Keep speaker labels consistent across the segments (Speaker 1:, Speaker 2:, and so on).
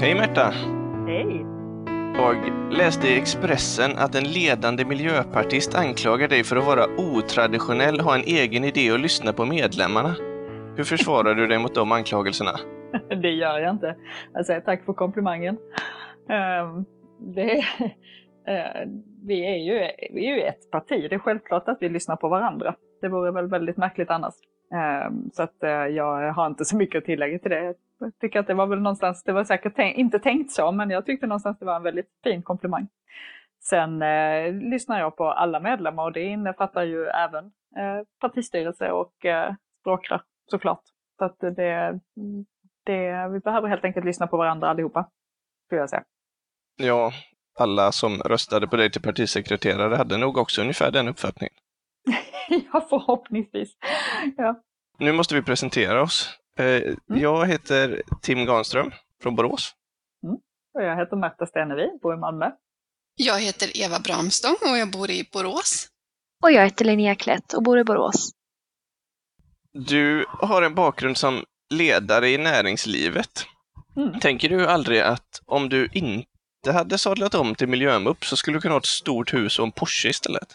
Speaker 1: Hej Märta!
Speaker 2: Hej!
Speaker 1: Jag läste i Expressen att en ledande miljöpartist anklagar dig för att vara otraditionell, ha en egen idé och lyssna på medlemmarna. Hur försvarar du dig mot de anklagelserna?
Speaker 2: Det gör jag inte. Jag säger tack för komplimangen. Vi är ju ett parti. Det är självklart att vi lyssnar på varandra. Det vore väl väldigt märkligt annars. Så att jag har inte så mycket att tillägga till det. Jag tycker att det var väl någonstans, det var säkert inte tänkt så, men jag tyckte någonstans det var en väldigt fin komplimang. Sen lyssnar jag på alla medlemmar och det innefattar ju även partistyrelse och språkrör såklart. Så att vi behöver helt enkelt lyssna på varandra allihopa, skulle jag säga.
Speaker 1: Ja, alla som röstade på dig till partisekreterare hade nog också ungefär den uppfattningen.
Speaker 2: Ja, förhoppningsvis. Ja.
Speaker 1: Nu måste vi presentera oss. Jag heter Tim Garnström från Borås.
Speaker 2: Och jag heter Märta Stenevi, bor i Malmö.
Speaker 3: Jag heter Eva Bramstång och jag bor i Borås.
Speaker 4: Och jag heter Linnea Klätt och bor i Borås.
Speaker 1: Du har en bakgrund som ledare i näringslivet. Tänker du aldrig att om du inte hade sadlat om till miljömupp så skulle du kunna ha ett stort hus och en Porsche istället?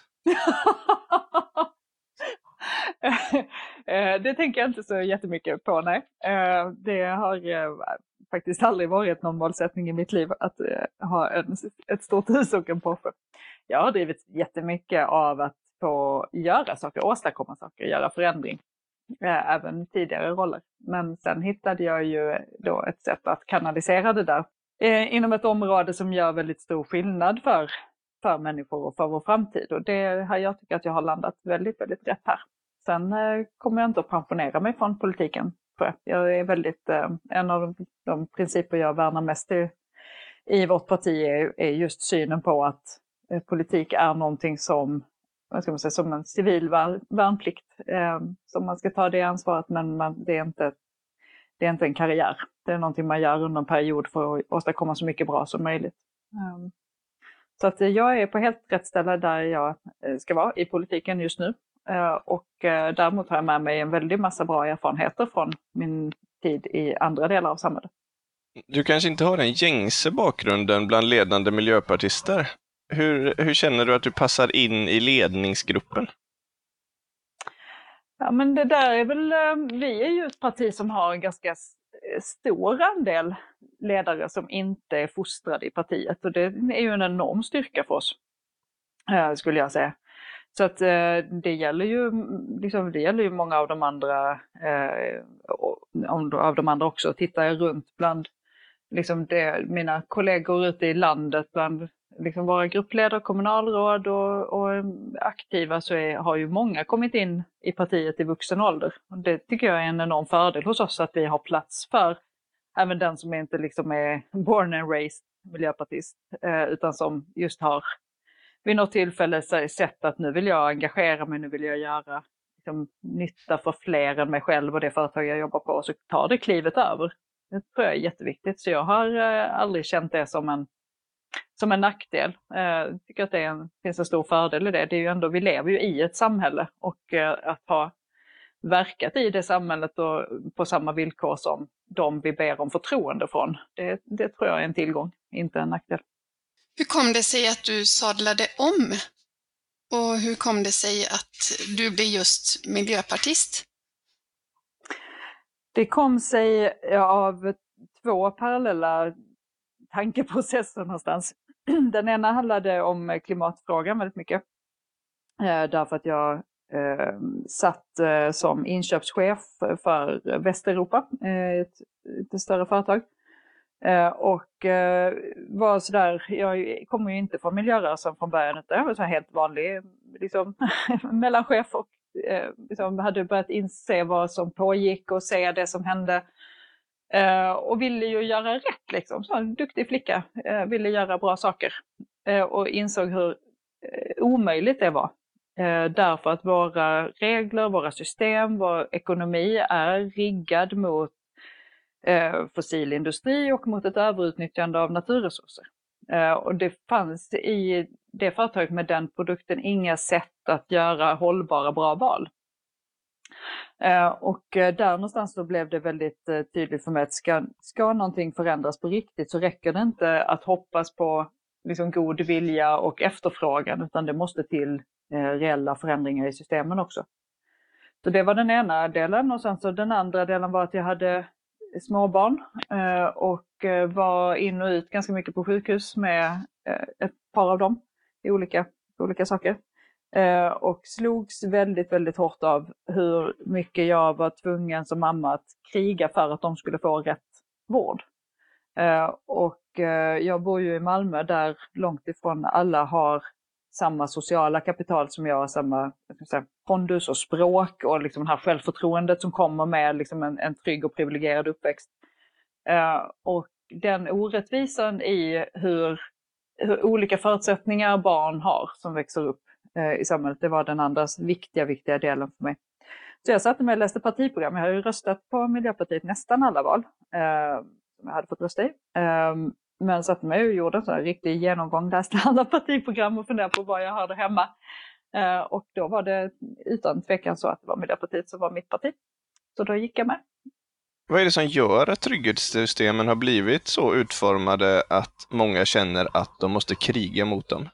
Speaker 2: Det tänker jag inte så jättemycket på, nej. Det har faktiskt aldrig varit någon målsättning i mitt liv att ha ett stort hus och en Porsche. Jag har drivit jättemycket av att få göra saker, åstadkomma saker, göra förändring. Även tidigare roller. Men sen hittade jag ju då ett sätt att kanalisera det där inom ett område som gör väldigt stor skillnad för människor och för vår framtid. Och det har jag tycker att jag har landat väldigt, väldigt rätt här. Sen kommer jag inte att pensionera mig från politiken. Jag är väldigt, en av de principer jag värnar mest i vårt parti är just synen på att politik är någonting som, vad ska man säga, som en civil värnplikt som man ska ta det ansvaret, men det är inte en karriär. Det är någonting man gör under en period för att åstadkomma så mycket bra som möjligt. Så att jag är på helt rätt ställe där jag ska vara i politiken just nu. Och däremot har jag med mig en väldigt massa bra erfarenheter från min tid i andra delar av samhället.
Speaker 1: Du kanske inte har den gängse bakgrunden bland ledande miljöpartister. Hur känner du att du passar in i ledningsgruppen?
Speaker 2: Ja, men det där är väl, vi är ju ett parti som har en ganska stor andel ledare som inte är fostrade i partiet. Och det är ju en enorm styrka för oss, skulle jag säga. Så att det gäller ju många av de andra också. Tittar jag runt bland mina kollegor ute i landet, bland våra gruppledare, kommunalråd och aktiva, så har ju många kommit in i partiet i vuxen ålder. Och det tycker jag är en enorm fördel hos oss, att vi har plats för även den som inte är born and raised miljöpartist, utan som just har vid något tillfälle sett att nu vill jag engagera mig, nu vill jag göra nytta för fler än mig själv och det företag jag jobbar på, och så tar det klivet över. Det tror jag är jätteviktigt, så jag har aldrig känt det som en nackdel. Jag tycker att det finns en stor fördel i det. Det är ju ändå, vi lever ju i ett samhälle, och att ha verkat i det samhället och på samma villkor som de vi ber om förtroende från, det tror jag är en tillgång, inte en nackdel.
Speaker 3: Hur kom det sig att du sadlade om? Och hur kom det sig att du blev just miljöpartist?
Speaker 2: Det kom sig av två parallella tankeprocesser någonstans. Den ena handlade om klimatfrågan väldigt mycket. Därför att jag satt som inköpschef för Västeuropa, ett större företag. Och var sådär, jag kommer ju inte från miljörörelsen från början, utan jag var så här helt vanlig mellanchef, och hade börjat inse vad som pågick och se det som hände. Och ville ju göra rätt, så en duktig flicka, ville göra bra saker. Och insåg hur omöjligt det var. Därför att våra regler, våra system, vår ekonomi är riggad mot fossilindustri och mot ett överutnyttjande av naturresurser. Och det fanns i det företaget med den produkten inga sätt att göra hållbara, bra val. Och där någonstans då blev det väldigt tydligt för mig att ska någonting förändras på riktigt så räcker det inte att hoppas på liksom god vilja och efterfrågan, utan det måste till reella förändringar i systemen också. Så det var den ena delen, och sen så den andra delen var att jag hade småbarn och var in och ut ganska mycket på sjukhus med ett par av dem i olika saker. Och slogs väldigt, väldigt hårt av hur mycket jag var tvungen som mamma att kriga för att de skulle få rätt vård. Och jag bor ju i Malmö där långt ifrån alla har samma sociala kapital som jag, samma pondus och språk och liksom det här självförtroendet som kommer med liksom en trygg och privilegierad uppväxt. Och den orättvisan i hur olika förutsättningar barn har som växer upp i samhället, det var den andra viktiga delen för mig. Så jag satte mig och läste partiprogram. Jag har ju röstat på Miljöpartiet nästan alla val som jag hade fått rösta i. Men satte mig och gjorde en sån här riktig genomgång, läste alla partiprogram och funderade på vad jag hörde hemma. Och då var det utan tvekan så att det var Miljöpartiet som var mitt parti. Så då gick jag med.
Speaker 1: Vad är det som gör att trygghetssystemen har blivit så utformade att många känner att de måste kriga mot dem?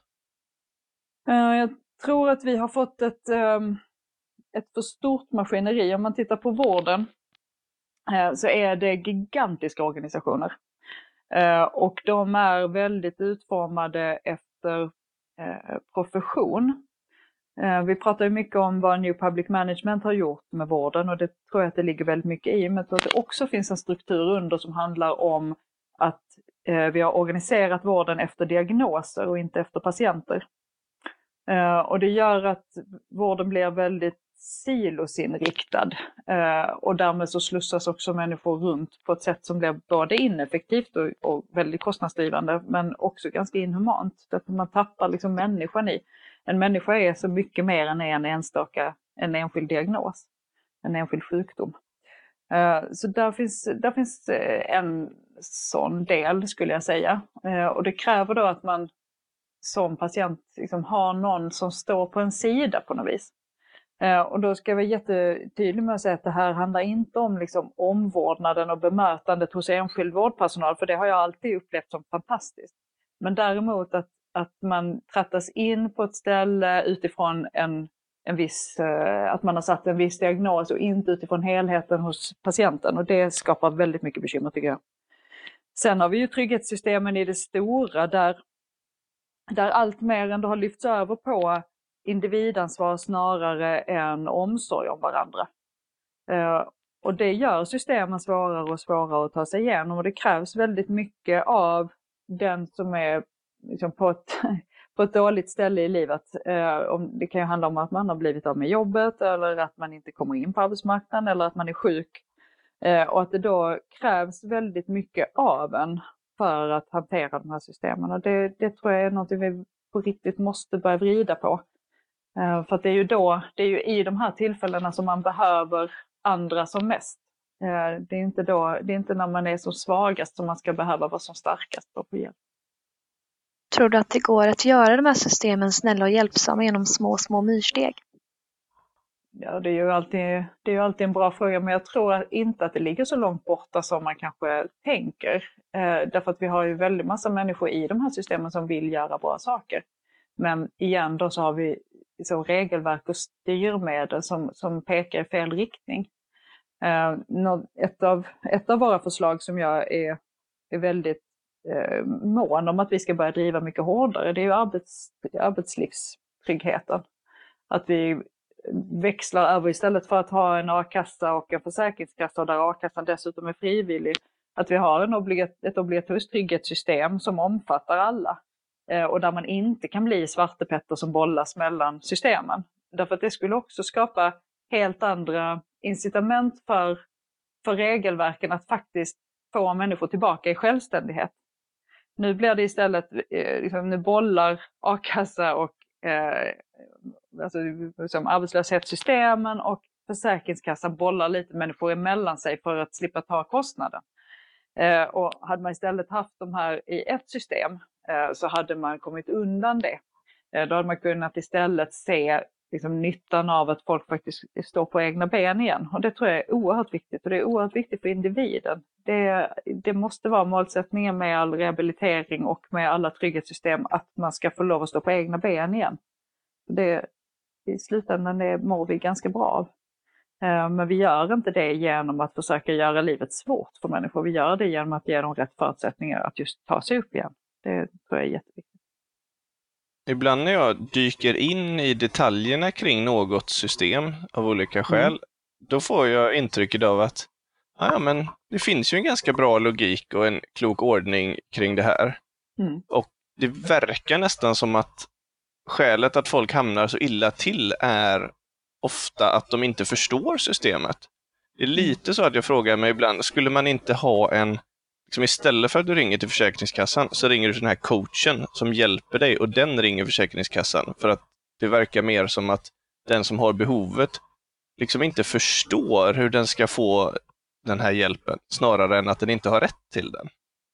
Speaker 2: Jag tror att vi har fått ett för stort maskineri. Om man tittar på vården så är det gigantiska organisationer. Och de är väldigt utformade efter profession. Vi pratar ju mycket om vad New Public Management har gjort med vården, och det tror jag att det ligger väldigt mycket i. Men jag tror att det också finns en struktur under som handlar om att vi har organiserat vården efter diagnoser och inte efter patienter. Och det gör att vården blir väldigt silosinriktad och därmed så slussas också människor runt på ett sätt som blir både ineffektivt och väldigt kostnadsdrivande, men också ganska inhumant. Därför man tappar liksom människan i. En människa är så mycket mer än en enskild diagnos, en enskild sjukdom. Så där finns en sån del, skulle jag säga. Och det kräver då att man som patient liksom har någon som står på en sida på något vis. Och då ska jag vara jättetydlig med att säga att det här handlar inte om liksom omvårdnaden och bemötandet hos enskild vårdpersonal, för det har jag alltid upplevt som fantastiskt. Men däremot att man trattas in på ett ställe utifrån en viss, att man har satt en viss diagnos och inte utifrån helheten hos patienten, och det skapar väldigt mycket bekymmer tycker jag. Sen har vi ju trygghetssystemen i det stora där allt mer ändå har lyfts över på individansvar snarare än omsorg om varandra. Och det gör systemen svårare och svårare att ta sig igenom, och det krävs väldigt mycket av den som är liksom på ett dåligt ställe i livet. Det kan ju handla om att man har blivit av med jobbet, eller att man inte kommer in på arbetsmarknaden, eller att man är sjuk. Och att det då krävs väldigt mycket av en för att hantera de här systemen. Och det tror jag är något vi på riktigt måste börja vrida på. För att det är ju i de här tillfällena som man behöver andra som mest. Det är inte när man är som svagast som man ska behöva vara som starkast och få hjälp.
Speaker 4: Tror du att det går att göra de här systemen snälla och hjälpsamma genom små myrsteg?
Speaker 2: Ja, det är ju alltid en bra fråga, men jag tror inte att det ligger så långt borta som man kanske tänker. Därför att vi har ju väldigt massa människor i de här systemen som vill göra bra saker. Men igen då så har vi så regelverk och styrmedel som pekar i fel riktning. Ett av våra förslag som jag är väldigt mån om att vi ska börja driva mycket hårdare, det är ju arbetslivstryggheten. Att vi växlar över, istället för att ha en a-kassa och en försäkringskassa där a-kassan dessutom är frivillig, att vi har ett obligatoriskt trygghetssystem som omfattar alla. Och där man inte kan bli svartepetter som bollas mellan systemen. Därför att det skulle också skapa helt andra incitament för regelverken att faktiskt få människor tillbaka i självständighet. Nu blir det istället, nu bollar a-kassa och som arbetslöshetssystemen och försäkringskassan bollar lite människor emellan sig för att slippa ta kostnaden. Och hade man istället haft de här i ett system så hade man kommit undan det. Då hade man kunnat istället se liksom nyttan av att folk faktiskt står på egna ben igen. Och det tror jag är oerhört viktigt, och det är oerhört viktigt för individen. Det måste vara målsättningen med all rehabilitering och med alla trygghetssystem, att man ska få lov att stå på egna ben igen. I slutändan det mår vi ganska bra av. Men vi gör inte det genom att försöka göra livet svårt för människor. Vi gör det genom att ge dem rätt förutsättningar att just ta sig upp igen. Det tror jag är jätteviktigt.
Speaker 1: Ibland när jag dyker in i detaljerna kring något system av olika skäl, då får jag intrycket av att men det finns ju en ganska bra logik och en klok ordning kring det här. Och det verkar nästan som att skälet att folk hamnar så illa till är ofta att de inte förstår systemet. Det är lite så att jag frågar mig ibland, skulle man inte ha en, liksom istället för att du ringer till Försäkringskassan så ringer du till den här coachen som hjälper dig, och den ringer Försäkringskassan, för att det verkar mer som att den som har behovet liksom inte förstår hur den ska få den här hjälpen, snarare än att den inte har rätt till den.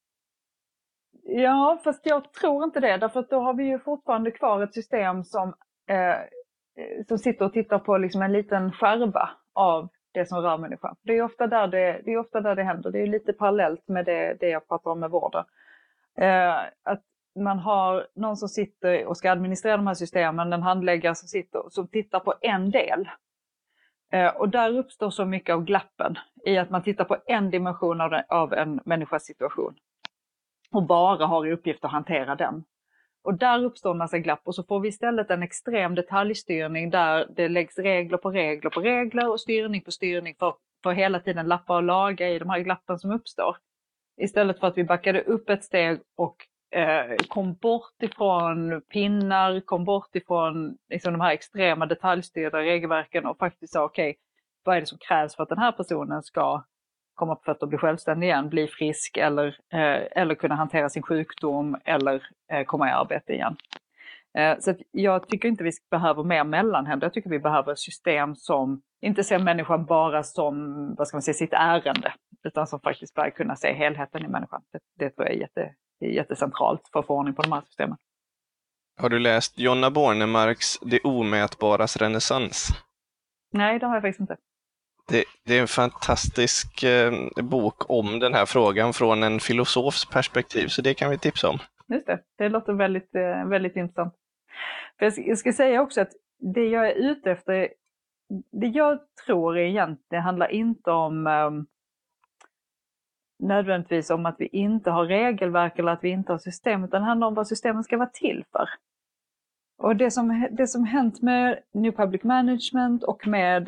Speaker 2: Ja, fast jag tror inte det, därför att då har vi ju fortfarande kvar ett system som sitter och tittar på liksom en liten skärva av det som rör människan. Det är ofta där det händer. Det är lite parallellt med det jag pratar om med vården. Att man har någon som sitter och ska administrera de här systemen, en handläggare som tittar på en del. Och där uppstår så mycket av glappen i att man tittar på en dimension av en människas situation. Och bara har i uppgift att hantera den. Och där uppstår en massa glapp, och så får vi istället en extrem detaljstyrning där det läggs regler på regler på regler och styrning på styrning för hela tiden lappa och laga i de här glappen som uppstår. Istället för att vi backade upp ett steg och kom bort ifrån pinnar, kom bort ifrån liksom de här extrema detaljstyrda regelverken och faktiskt sa okej, vad är det som krävs för att den här personen ska komma på fötter och bli självständig igen, bli frisk eller kunna hantera sin sjukdom eller komma i arbete igen. Så att jag tycker inte vi behöver mer mellanhänder. Jag tycker vi behöver ett system som inte ser människan bara som, vad ska man säga, sitt ärende, utan som faktiskt börjar kunna se helheten i människan. Det tror jag är jättecentralt för att få ordning på de här systemen.
Speaker 1: Har du läst Jonna Bornemarks Det omätbaras renässans?
Speaker 2: Nej, det har jag faktiskt inte.
Speaker 1: Det är en fantastisk bok om den här frågan från en filosofs perspektiv, så det kan vi tipsa om.
Speaker 2: Just det låter väldigt, väldigt intressant. För jag ska säga också att det jag är ute efter, det jag tror egentligen handlar inte om nödvändigtvis om att vi inte har regelverk eller att vi inte har system, utan det handlar om vad systemen ska vara till för. Och det som hänt med New Public Management och med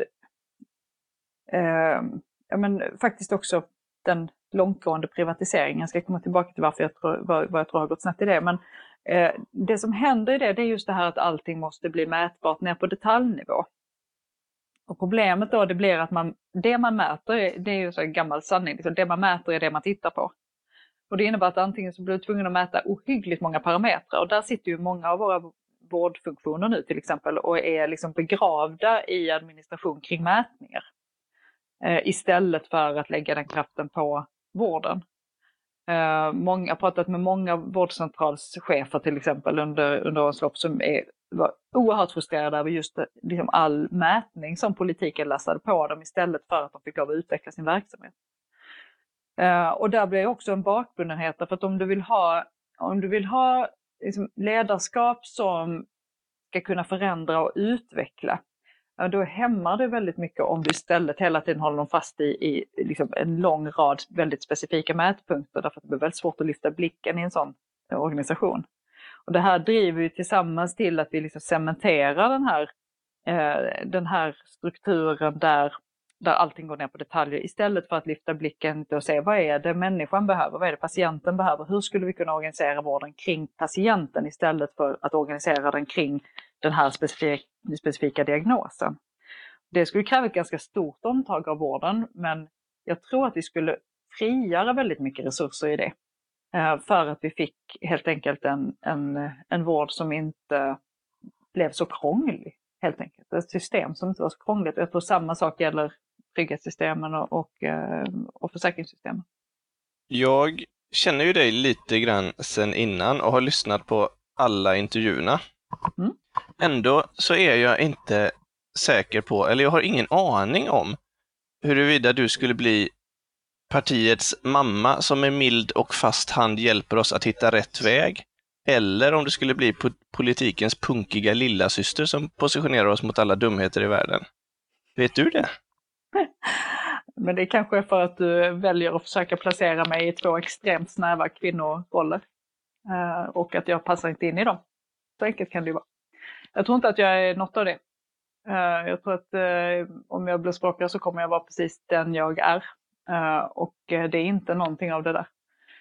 Speaker 2: faktiskt också den långtgående privatiseringen. Jag ska komma tillbaka till vad jag tror har gått snett i det. Men det som händer i det är just det här att allting måste bli mätbart ner på detaljnivå. Och problemet då det blir att det man mäter, det är ju så en gammal sanning, liksom, det man mäter är det man tittar på. Och det innebär att antingen så blir du tvungen att mäta ohyggligt många parametrar, och där sitter ju många av våra vårdfunktioner nu till exempel och är liksom begravda i administration kring mätningar. Istället för att lägga den kraften på vården. Jag har pratat med många vårdcentralschefer till exempel under årens lopp som var oerhört frustrerade över just liksom all mätning som politiken lastade på dem istället för att de fick lov att utveckla sin verksamhet. Och där blir också en bakbundenhet, för att om du vill ha liksom ledarskap som ska kunna förändra och utveckla, då hämmar det väldigt mycket om du istället hela tiden håller dem fast i liksom en lång rad väldigt specifika mätpunkter, därför att det blir väldigt svårt att lyfta blicken i en sån organisation. Och det här driver ju tillsammans till att vi liksom cementerar den här strukturen där allting går ner på detaljer, istället för att lyfta blicken och se vad är det människan behöver, vad är det patienten behöver, hur skulle vi kunna organisera vården kring patienten istället för att organisera den kring den här specifika diagnosen. Det skulle kräva ett ganska stort omtag av vården, men jag tror att vi skulle frigöra väldigt mycket resurser i det. För att vi fick helt enkelt en vård som inte blev så krånglig, helt enkelt. Ett system som inte var så krångligt. Jag tror samma sak gäller trygghetssystemen och försäkringssystemen.
Speaker 1: Jag känner ju dig lite grann sen innan och har lyssnat på alla intervjuerna. Ändå så är jag inte säker på, eller jag har ingen aning om huruvida du skulle bli partiets mamma som med mild och fast hand hjälper oss att hitta rätt väg, eller om du skulle bli politikens punkiga lilla syster som positionerar oss mot alla dumheter i världen. Vet du det?
Speaker 2: Men det kanske är för att du väljer att försöka placera mig i 2 extremt snäva kvinnoroller. Och att jag passar inte in i dem. Så enkelt kan det ju vara. Jag tror inte att jag är något av det. Jag tror att om jag blir språkare så kommer jag vara precis den jag är. Och det är inte någonting av det där.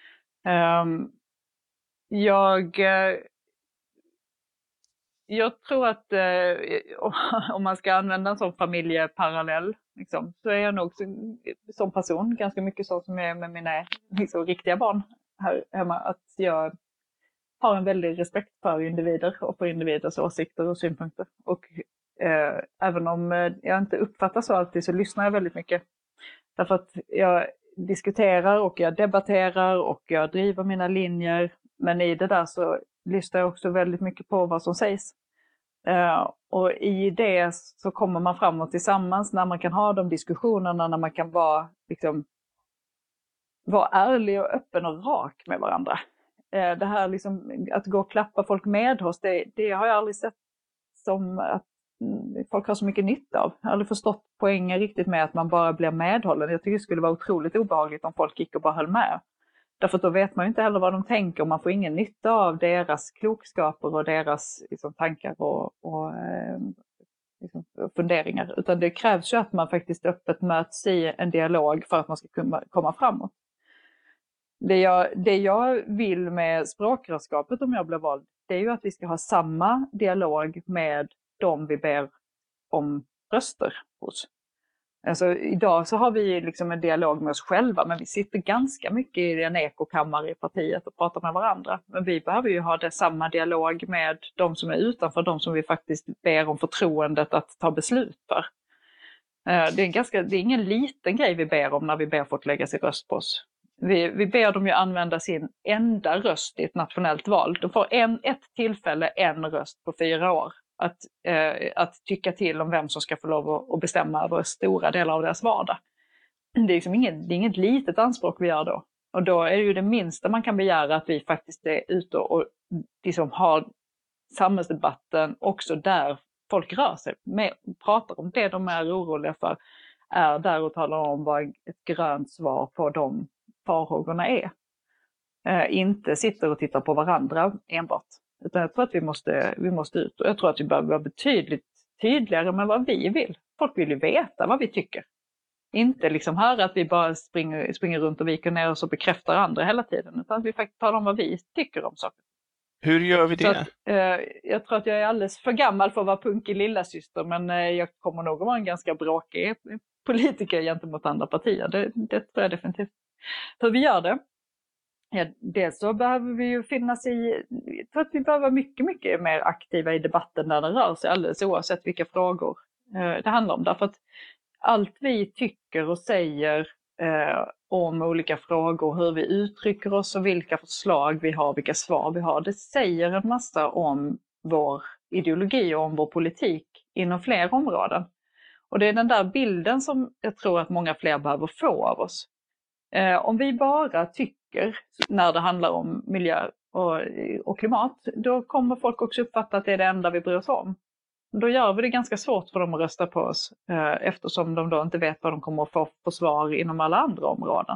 Speaker 2: Jag tror att om man ska använda en sån familjeparallell liksom, så är jag nog som person ganska mycket så som jag är med mina liksom, riktiga barn här hemma. Att jag har en väldig respekt för individer och för individers åsikter och synpunkter. Och även om jag inte uppfattar så alltid så lyssnar jag väldigt mycket. Därför att jag diskuterar och jag debatterar och jag driver mina linjer. Men i det där så lyssnar jag också väldigt mycket på vad som sägs. Och i det så kommer man framåt tillsammans när man kan ha de diskussionerna, när man kan vara ärlig och öppen och rak med varandra. Det här liksom, att gå och klappa folk med oss, det har jag aldrig sett som att folk har så mycket nytta av. Jag har aldrig förstått poängen riktigt med att man bara blir medhållen. Jag tycker det skulle vara otroligt obehagligt om folk gick och bara höll med. Därför att då vet man ju inte heller vad de tänker och man får ingen nytta av deras klokskaper och deras liksom, tankar och liksom, funderingar. Utan det krävs ju att man faktiskt öppet möts i en dialog för att man ska kunna komma framåt. Det jag vill med språkrörskapet om jag blir vald, det är ju att vi ska ha samma dialog med de vi ber om röster hos. Alltså, idag så har vi liksom en dialog med oss själva, men vi sitter ganska mycket i en ekokammare i partiet och pratar med varandra. Men vi behöver ju ha samma dialog med de som är utanför, de som vi faktiskt ber om förtroendet att ta beslut för. Det är ingen liten grej vi ber om när vi ber folk lägga sin röst på oss. Vi ber dem ju använda sin enda röst i ett nationellt val. De får ett tillfälle, en röst på 4 år. Att tycka till om vem som ska få lov att bestämma över stora delar av deras vardag. Det är liksom inget litet anspråk vi gör då. Och då är det ju det minsta man kan begära att vi faktiskt är ute och liksom har samhällsdebatten också där folk rör sig. Pratar om det de är oroliga för, är där och talar om vad ett grönt svar på de farhågorna är. Inte sitter och tittar på varandra enbart. Utan jag tror att vi måste ut. Och jag tror att vi behöver vara betydligt tydligare med vad vi vill. Folk vill ju veta vad vi tycker. Inte liksom höra att vi bara springer runt och viker ner oss och bekräftar andra hela tiden. Utan att vi faktiskt talar om vad vi tycker om saker.
Speaker 1: Hur gör vi det?
Speaker 2: Att, jag tror att jag är alldeles för gammal för att vara punkig lillasyster. Men jag kommer nog att vara en ganska bråkig politiker gentemot andra partier. Det tror jag definitivt. Hur vi gör det? Ja, dels så behöver vi ju finnas i, jag tror att vi behöver vara mycket, mycket mer aktiva i debatten där det rör sig, alldeles oavsett vilka frågor det handlar om. Därför att allt vi tycker och säger om olika frågor, hur vi uttrycker oss och vilka förslag vi har, vilka svar vi har, det säger en massa om vår ideologi och om vår politik inom fler områden. Och det är den där bilden som jag tror att många fler behöver få av oss. Om vi bara tycker när det handlar om miljö och klimat, då kommer folk också uppfatta att det är det enda vi bryr oss om. Då gör vi det ganska svårt för dem att rösta på oss eftersom de då inte vet vad de kommer att få för svar inom alla andra områden.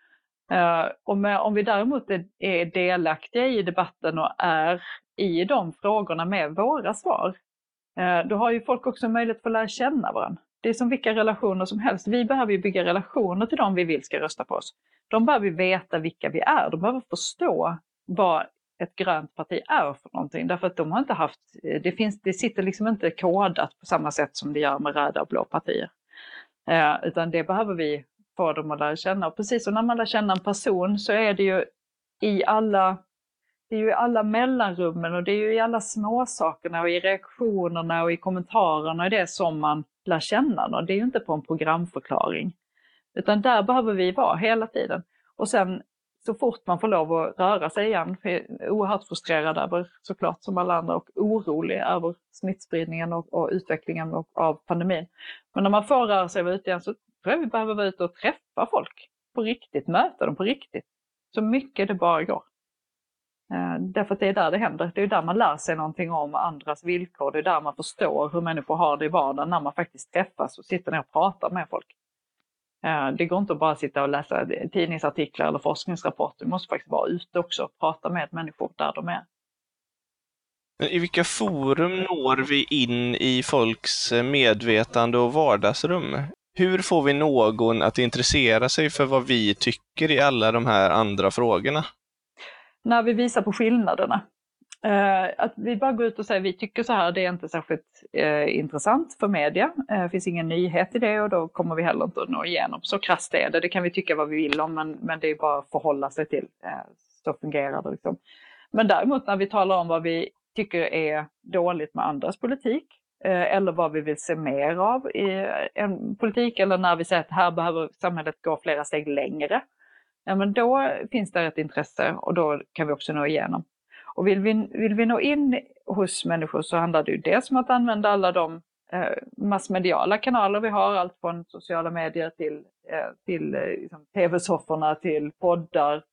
Speaker 2: Om vi däremot är delaktiga i debatten och är i de frågorna med våra svar, då har ju folk också möjlighet att få lära känna varandra. Det är som vilka relationer som helst. Vi behöver ju bygga relationer till dem vi vill ska rösta på oss. De behöver veta vilka vi är. De behöver förstå vad ett grönt parti är för någonting. Därför att de har inte haft, det sitter liksom inte kodat på samma sätt som det gör med röda och blå partier. Utan det behöver vi få dem att lära känna. Och precis som när man lär känna en person så är det ju i alla mellanrummen och det är ju i alla småsakerna och i reaktionerna och i kommentarerna och det som man lär känna. Och det är ju inte på en programförklaring. Utan där behöver vi vara hela tiden. Och sen så fort man får lov att röra sig igen, för jag är oerhört frustrerad över, såklart som alla andra, och orolig över smittspridningen och utvecklingen av pandemin. Men när man får röra sig ut igen så tror jag vi behöver vara ute och träffa folk på riktigt, möta dem på riktigt. Så mycket det bara går. Därför att det är där det händer. Det är där man lär sig någonting om andras villkor. Det är där man förstår hur människor har det i vardagen när man faktiskt träffas och sitter ner och pratar med folk. Det går inte att bara sitta och läsa tidningsartiklar eller forskningsrapporter. Du måste faktiskt vara ute också och prata med människor där de är.
Speaker 1: Men i vilka forum når vi in i folks medvetande och vardagsrum? Hur får vi någon att intressera sig för vad vi tycker i alla de här andra frågorna?
Speaker 2: När vi visar på skillnaderna. Att vi bara går ut och säger vi tycker så här, det är inte särskilt intressant för media. Det finns ingen nyhet i det och då kommer vi heller inte att nå igenom. Så krasst är det. Det kan vi tycka vad vi vill om, men det är bara att förhålla sig till. Så fungerar det liksom. Men däremot när vi talar om vad vi tycker är dåligt med andras politik, eller vad vi vill se mer av i en politik, eller när vi säger att här behöver samhället gå flera steg längre, ja, men då finns det ett intresse och då kan vi också nå igenom. Och vill vi nå in hos människor så handlar det ju dels om att använda alla de massmediala kanaler vi har, allt från sociala medier till liksom, tv-sofforna, till poddar,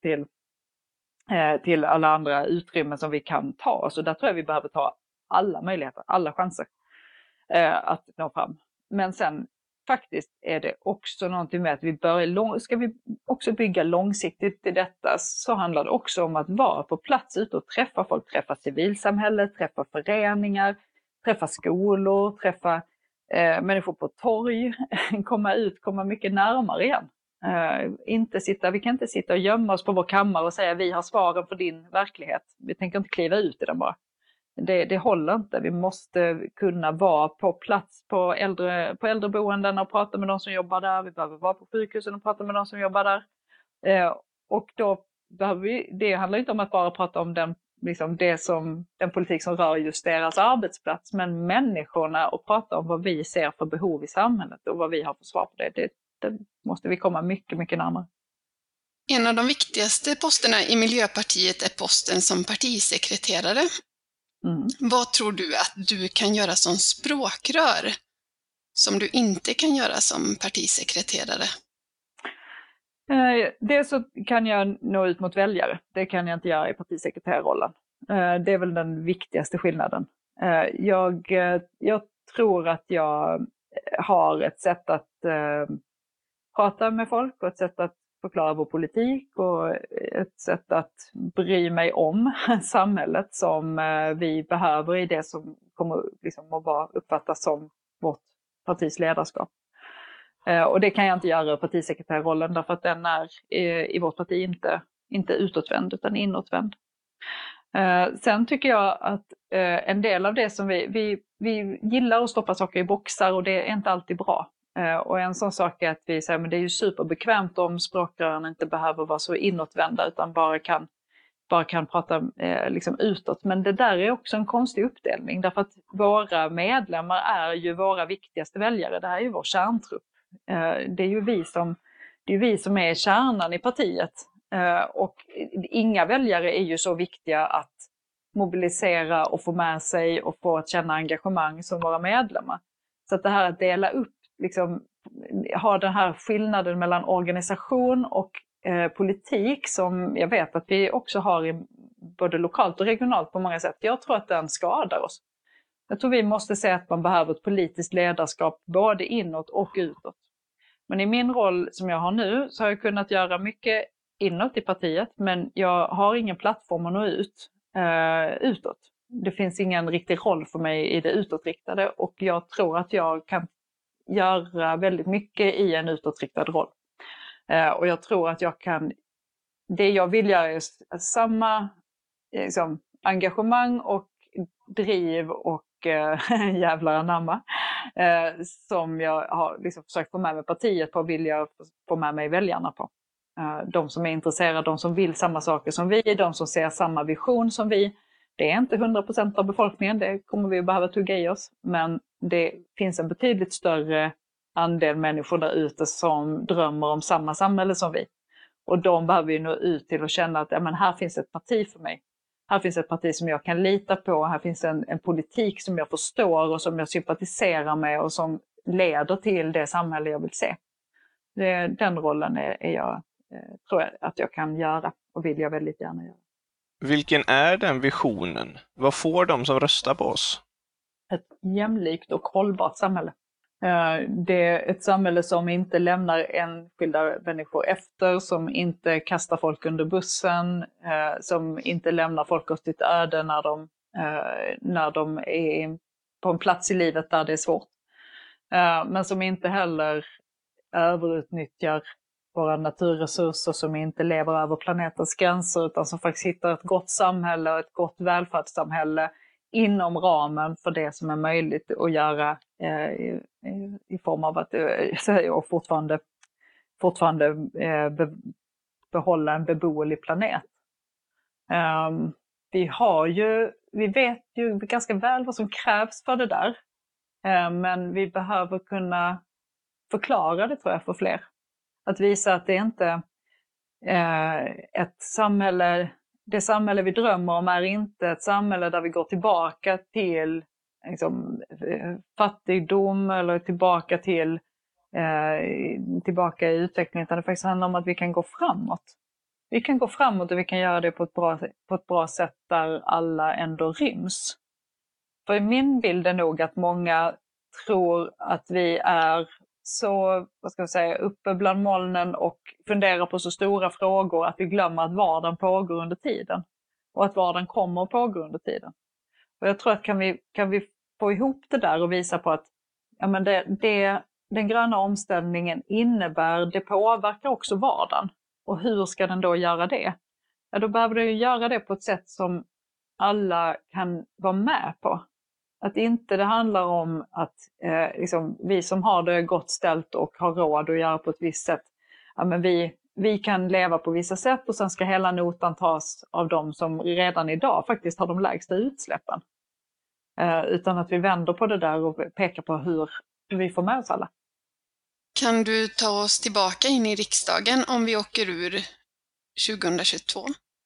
Speaker 2: till alla andra utrymmen som vi kan ta. Så där tror jag vi behöver ta alla möjligheter, alla chanser att nå fram. Men sen faktiskt är det också någonting med att ska vi också bygga långsiktigt i detta, så handlar det också om att vara på plats ute och träffa folk, träffa civilsamhället, träffa föreningar, träffa skolor, träffa människor på torg, komma mycket närmare igen. Vi kan inte sitta och gömma oss på vår kammare och säga vi har svaren på din verklighet. Vi tänker inte kliva ut i den bara. Det håller inte. Vi måste kunna vara på plats på äldreboenden och prata med de som jobbar där. Vi behöver vara på sjukhusen och prata med de som jobbar där. Och då behöver det handlar inte om att bara prata om den politik som rör just deras arbetsplats, men människorna, och prata om vad vi ser för behov i samhället och vad vi har för svar på det. Det måste vi komma mycket, mycket närmare.
Speaker 3: En av de viktigaste posterna i Miljöpartiet är posten som partisekreterare. Vad tror du att du kan göra som språkrör som du inte kan göra som partisekreterare?
Speaker 2: Dels så kan jag nå ut mot väljare. Det kan jag inte göra i partisekreterarrollen. Det är väl den viktigaste skillnaden. Jag tror att jag har ett sätt att prata med folk och ett sätt att förklara vår politik och ett sätt att bry mig om samhället som vi behöver i det som kommer liksom att uppfattas som vårt partis ledarskap. Och det kan jag inte göra i partisekreterarrollen därför att den är i vårt parti inte utåtvänd utan inåtvänd. Sen tycker jag att en del av det som vi gillar att stoppa saker i boxar och det är inte alltid bra. Och en sån sak är att vi säger att det är ju superbekvämt om språkrören inte behöver vara så inåtvända utan bara kan prata liksom utåt. Men det där är också en konstig uppdelning därför att våra medlemmar är ju våra viktigaste väljare. Det här är ju vår kärntrupp. Det är ju vi som är kärnan i partiet. Och inga väljare är ju så viktiga att mobilisera och få med sig och få att känna engagemang som våra medlemmar. Så att det här att dela upp, liksom, ha den här skillnaden mellan organisation och politik som jag vet att vi också har både lokalt och regionalt på många sätt. Jag tror att den skadar oss. Jag tror vi måste se att man behöver ett politiskt ledarskap både inåt och utåt. Men i min roll som jag har nu så har jag kunnat göra mycket inåt i partiet, men jag har ingen plattform att nå utåt. Det finns ingen riktig roll för mig i det utåtriktade och jag tror att jag kan göra väldigt mycket i en utåtriktad roll. Och jag tror att det jag vill göra är samma liksom, engagemang och driv och jävlar anamma som jag har liksom försökt få med partiet på, vill jag få med mig väljarna på. De som är intresserade, de som vill samma saker som vi, de som ser samma vision som vi. Det är inte 100% av befolkningen, det kommer vi behöva tugga i oss. Men det finns en betydligt större andel människor där ute som drömmer om samma samhälle som vi. Och de behöver vi nå ut till och känna att men här finns ett parti för mig. Här finns ett parti som jag kan lita på. Här finns en politik som jag förstår och som jag sympatiserar med och som leder till det samhälle jag vill se. Den rollen tror jag att jag kan göra och vill jag väldigt gärna göra.
Speaker 1: Vilken är den visionen? Vad får de som röstar på oss?
Speaker 2: Ett jämlikt och hållbart samhälle. Det är ett samhälle som inte lämnar enskilda människor efter, som inte kastar folk under bussen, som inte lämnar folk åt sitt öde när de är på en plats i livet där det är svårt. Men som inte heller överutnyttjar våra naturresurser, som inte lever över planetens gränser, utan som faktiskt hittar ett gott samhälle och ett gott välfärdssamhälle inom ramen för det som är möjligt att göra i form av att och fortfarande behålla en beboelig planet. Vi vet ju ganska väl vad som krävs för det där, men vi behöver kunna förklara det, tror jag, för fler. Att visa att det inte ett samhälle, det samhälle vi drömmer om är inte ett samhälle där vi går tillbaka till liksom, fattigdom eller tillbaka i utvecklingen, utan det faktiskt handlar om att vi kan gå framåt. Vi kan gå framåt och vi kan göra det på ett bra sätt där alla ändå ryms. För min bild är nog att många tror att vi är så, uppe bland molnen och funderar på så stora frågor att vi glömmer att vardagen pågår under tiden. Och att vardagen kommer att pågå under tiden. Och jag tror att kan vi få ihop det där och visa på att den gröna omställningen det påverkar också vardagen. Och hur ska den då göra det? Ja, då behöver den göra det på ett sätt som alla kan vara med på. Att inte det handlar om att vi som har det gott ställt och har råd att göra på ett visst sätt, vi kan leva på vissa sätt och sen ska hela notan tas av de som redan idag faktiskt har de lägsta utsläppen. Utan att vi vänder på det där och pekar på hur vi får med oss alla.
Speaker 3: Kan du ta oss tillbaka in i riksdagen om vi åker ur 2022?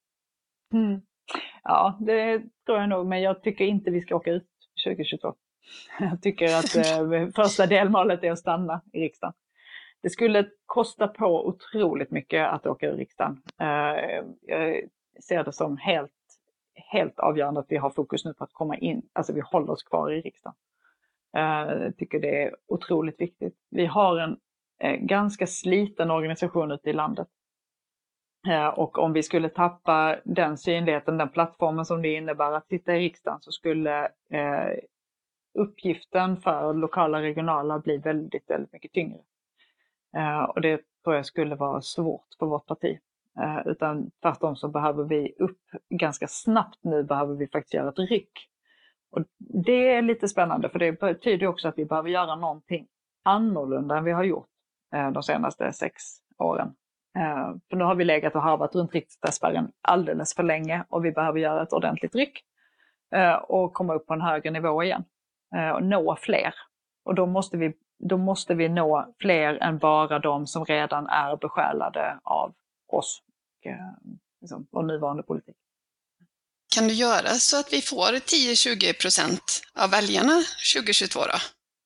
Speaker 2: Ja, det tror jag nog, men jag tycker inte vi ska åka ut 2022. Jag tycker att första delmålet är att stanna i riksdagen. Det skulle kosta på otroligt mycket att åka ur riksdagen. Jag ser det som helt avgörande att vi har fokus nu på att komma in, alltså vi håller oss kvar i riksdagen. Jag tycker det är otroligt viktigt. Vi har en ganska sliten organisation ute i landet. Och om vi skulle tappa den synligheten, den plattformen som det innebär att sitta i riksdagen, så skulle uppgiften för lokala och regionala bli väldigt, väldigt mycket tyngre. Och det tror jag skulle vara svårt för vårt parti. Utan tvärtom så behöver vi ganska snabbt nu behöver vi faktiskt göra ett ryck. Och det är lite spännande, för det betyder också att vi behöver göra någonting annorlunda än vi har gjort de senaste 6 åren. För nu har vi legat och harvat runt riksdagsspärren alldeles för länge och vi behöver göra ett ordentligt ryck och komma upp på en högre nivå igen och nå fler. Och då måste vi nå fler än bara de som redan är besjälade av oss och vår nuvarande politik.
Speaker 3: Kan du göra så att vi får 10-20% av väljarna 2022 då?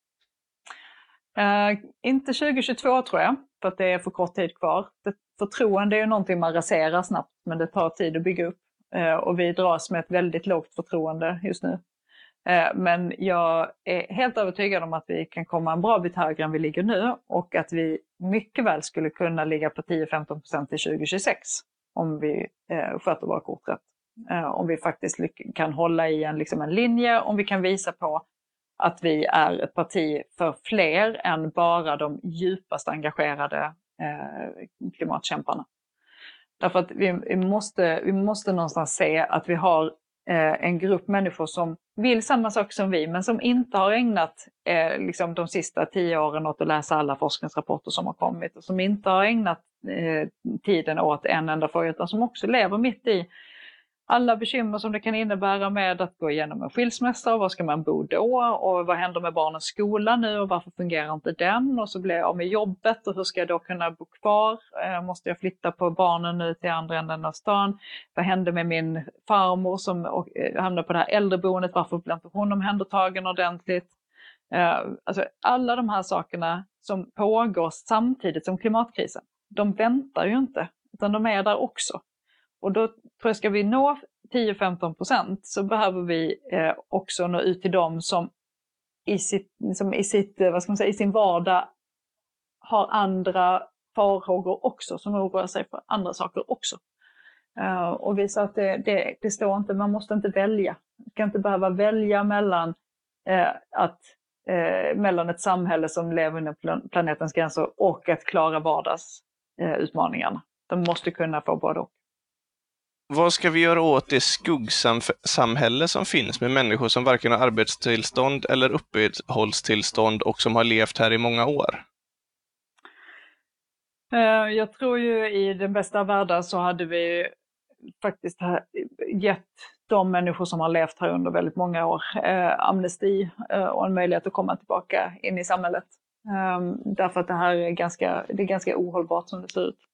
Speaker 2: Inte 2022 tror jag, för att det är för kort tid kvar. Förtroende är ju någonting man raserar snabbt, men det tar tid att bygga upp. Och vi dras med ett väldigt lågt förtroende just nu. Men jag är helt övertygad om att vi kan komma en bra bit högre än vi ligger nu och att vi mycket väl skulle kunna ligga på 10-15% till 2026 om vi sköter våra kort rätt. Om vi faktiskt kan hålla i en linje, om vi kan visa på att vi är ett parti för fler än bara de djupast engagerade klimatkämparna. Därför att vi måste någonstans se att vi har en grupp människor som vill samma sak som vi, men som inte har ägnat de sista 10 åren åt att läsa alla forskningsrapporter som har kommit och som inte har ägnat tiden åt en enda fråga, utan som också lever mitt i alla bekymmer som det kan innebära med att gå igenom en skilsmässa, och var ska man bo då, och vad händer med barnens skola nu och varför fungerar inte den, och så blir jag av med jobbet och hur ska jag då kunna bo kvar, måste jag flytta på barnen nu till andra änden av stan, vad händer med min farmor som hamnar på det här äldreboendet, varför blir inte hon omhändertagen ordentligt. Alltså alla de här sakerna som pågår samtidigt som klimatkrisen, de väntar ju inte, utan de är där också. Och då tror jag, ska vi nå 10-15% så behöver vi också nå ut till dem som i sin vardag har andra farhågor också, som oroar sig för andra saker också. Och visa att det står inte, man måste inte välja. Man kan inte behöva välja mellan mellan ett samhälle som lever inom planetens gränser och att klara vardagsutmaningarna. De måste kunna få både och.
Speaker 1: Vad ska vi göra åt det skuggsamhälle som finns med människor som varken har arbetstillstånd eller uppehållstillstånd och som har levt här i många år?
Speaker 2: Jag tror ju i den bästa världen så hade vi faktiskt gett de människor som har levt här under väldigt många år amnesti och en möjlighet att komma tillbaka in i samhället. Därför att det här är ganska ohållbart som det ser ut.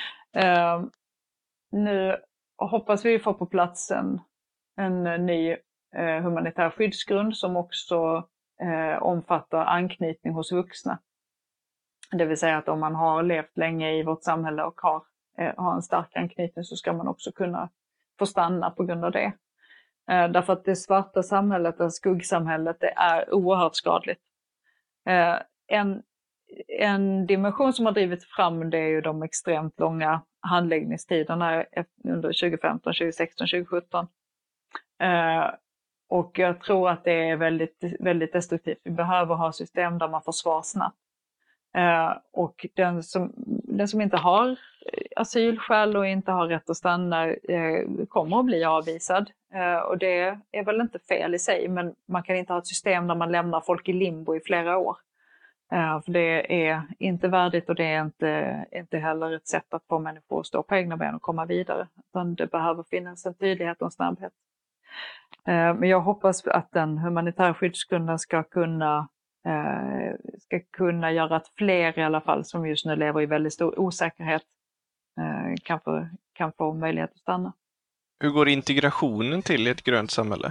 Speaker 2: Nu hoppas vi få på plats en ny humanitär skyddsgrund som också omfattar anknytning hos vuxna. Det vill säga att om man har levt länge i vårt samhälle och har en stark anknytning så ska man också kunna få stanna på grund av det. Därför att det svarta samhället, det skuggsamhället, det är oerhört skadligt. En dimension som har drivit fram det är ju de extremt långa handläggningstiderna under 2015, 2016, 2017. Och jag tror att det är väldigt, väldigt destruktivt. Vi behöver ha system där man får svar snabbt. Och den som inte har asylskäl och inte har rätt att stanna kommer att bli avvisad. Och det är väl inte fel i sig, men man kan inte ha ett system där man lämnar folk i limbo i flera år. För det är inte värdigt och det är inte heller ett sätt att få människor att stå på egna ben och komma vidare. Utan det behöver finnas en tydlighet och en snabbhet. Men jag hoppas att den humanitära skyddsgrunden ska kunna göra att fler i alla fall som just nu lever i väldigt stor osäkerhet kan få möjlighet att stanna.
Speaker 1: Hur går integrationen till i ett grönt samhälle?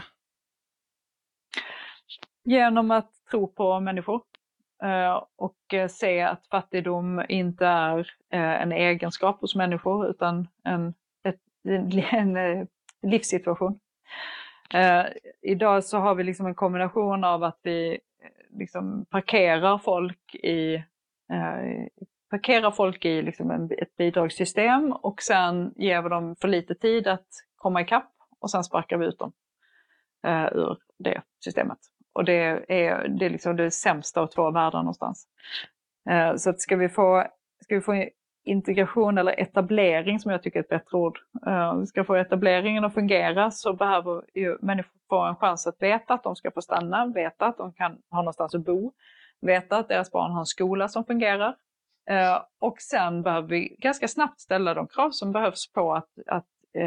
Speaker 2: Genom att tro på människor och se att fattigdom inte är en egenskap hos människor utan en livssituation. Idag så har vi liksom en kombination av att vi liksom parkerar folk i liksom ett bidragssystem och sen ger vi dem för lite tid att komma ikapp och sen sparkar vi ut dem ur det systemet. Och det är liksom det sämsta av två världar någonstans. Så att ska vi få integration eller etablering, som jag tycker är ett bättre ord. Ska få etableringen att fungera så behöver ju människor få en chans att veta att de ska få stanna, veta att de kan ha någonstans att bo, veta att deras barn har en skola som fungerar. Och sen behöver vi ganska snabbt ställa de krav som behövs på att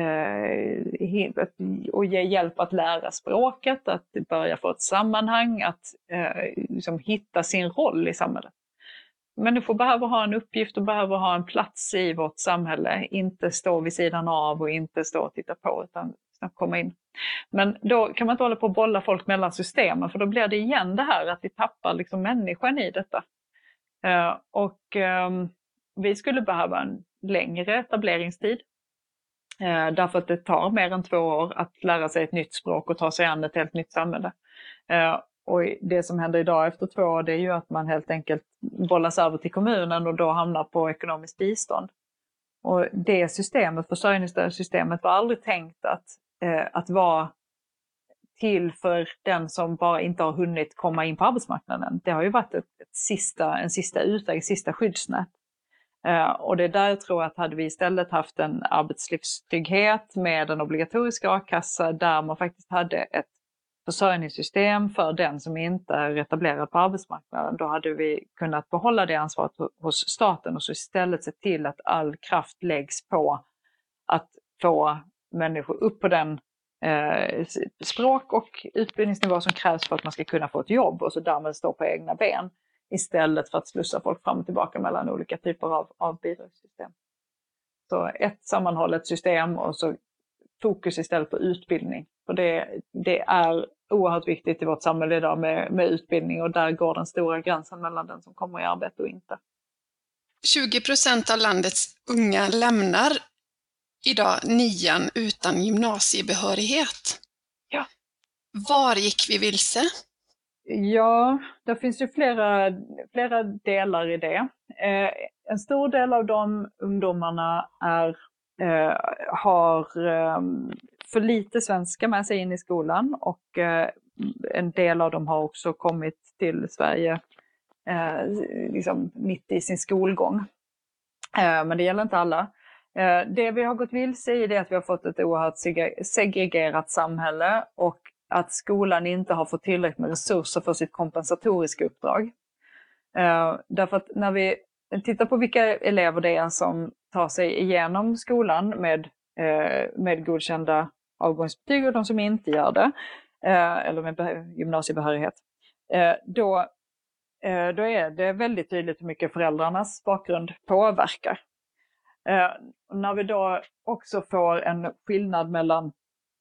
Speaker 2: ge hjälp att lära språket, att börja få ett sammanhang, att liksom hitta sin roll i samhället. Människor behöver ha en uppgift och behöver ha en plats i vårt samhälle, inte stå vid sidan av och inte stå och titta på utan snabbt komma in. Men då kan man inte hålla på att bolla folk mellan systemen, för då blir det igen det här att vi tappar liksom människan i detta. Vi skulle behöva en längre etableringstid. Därför att det tar mer än 2 år att lära sig ett nytt språk och ta sig an ett helt nytt samhälle. Och det som händer idag efter 2 år, det är ju att man helt enkelt bollas över till kommunen och då hamnar på ekonomiskt bistånd. Och det systemet, försörjningsstödssystemet, var aldrig tänkt att vara till för den som bara inte har hunnit komma in på arbetsmarknaden. Det har ju varit en sista utväg, sista skyddsnät. Och det är där jag tror att hade vi istället haft en arbetslivstrygghet med en obligatorisk a-kassa där man faktiskt hade ett försörjningssystem för den som inte är etablerad på arbetsmarknaden, då hade vi kunnat behålla det ansvaret hos staten och så istället se till att all kraft läggs på att få människor upp på den språk- och utbildningsnivå som krävs för att man ska kunna få ett jobb och så därmed stå på egna ben istället för att slussa folk fram och tillbaka mellan olika typer av bidragssystem. Så ett sammanhållet system och så fokus istället på utbildning. För det är oerhört viktigt i vårt samhälle idag med utbildning och där går den stora gränsen mellan den som kommer i arbete och inte.
Speaker 3: 20% av landets unga lämnar idag 9:an utan gymnasiebehörighet.
Speaker 2: Ja.
Speaker 3: Var gick vi vilse?
Speaker 2: Ja, det finns ju flera delar i det. En stor del av de ungdomarna har för lite svenska med sig in i skolan och en del av dem har också kommit till Sverige liksom mitt i sin skolgång. Men det gäller inte alla. Det vi har gått vilse i det är att vi har fått ett oerhört segregerat samhälle och att skolan inte har fått tillräckligt med resurser för sitt kompensatoriska uppdrag. Därför att när vi tittar på vilka elever det är som tar sig igenom skolan med godkända avgångsbetyg och de som inte gör det, eller med gymnasiebehörighet, då är det väldigt tydligt hur mycket föräldrarnas bakgrund påverkar. När vi då också får en skillnad mellan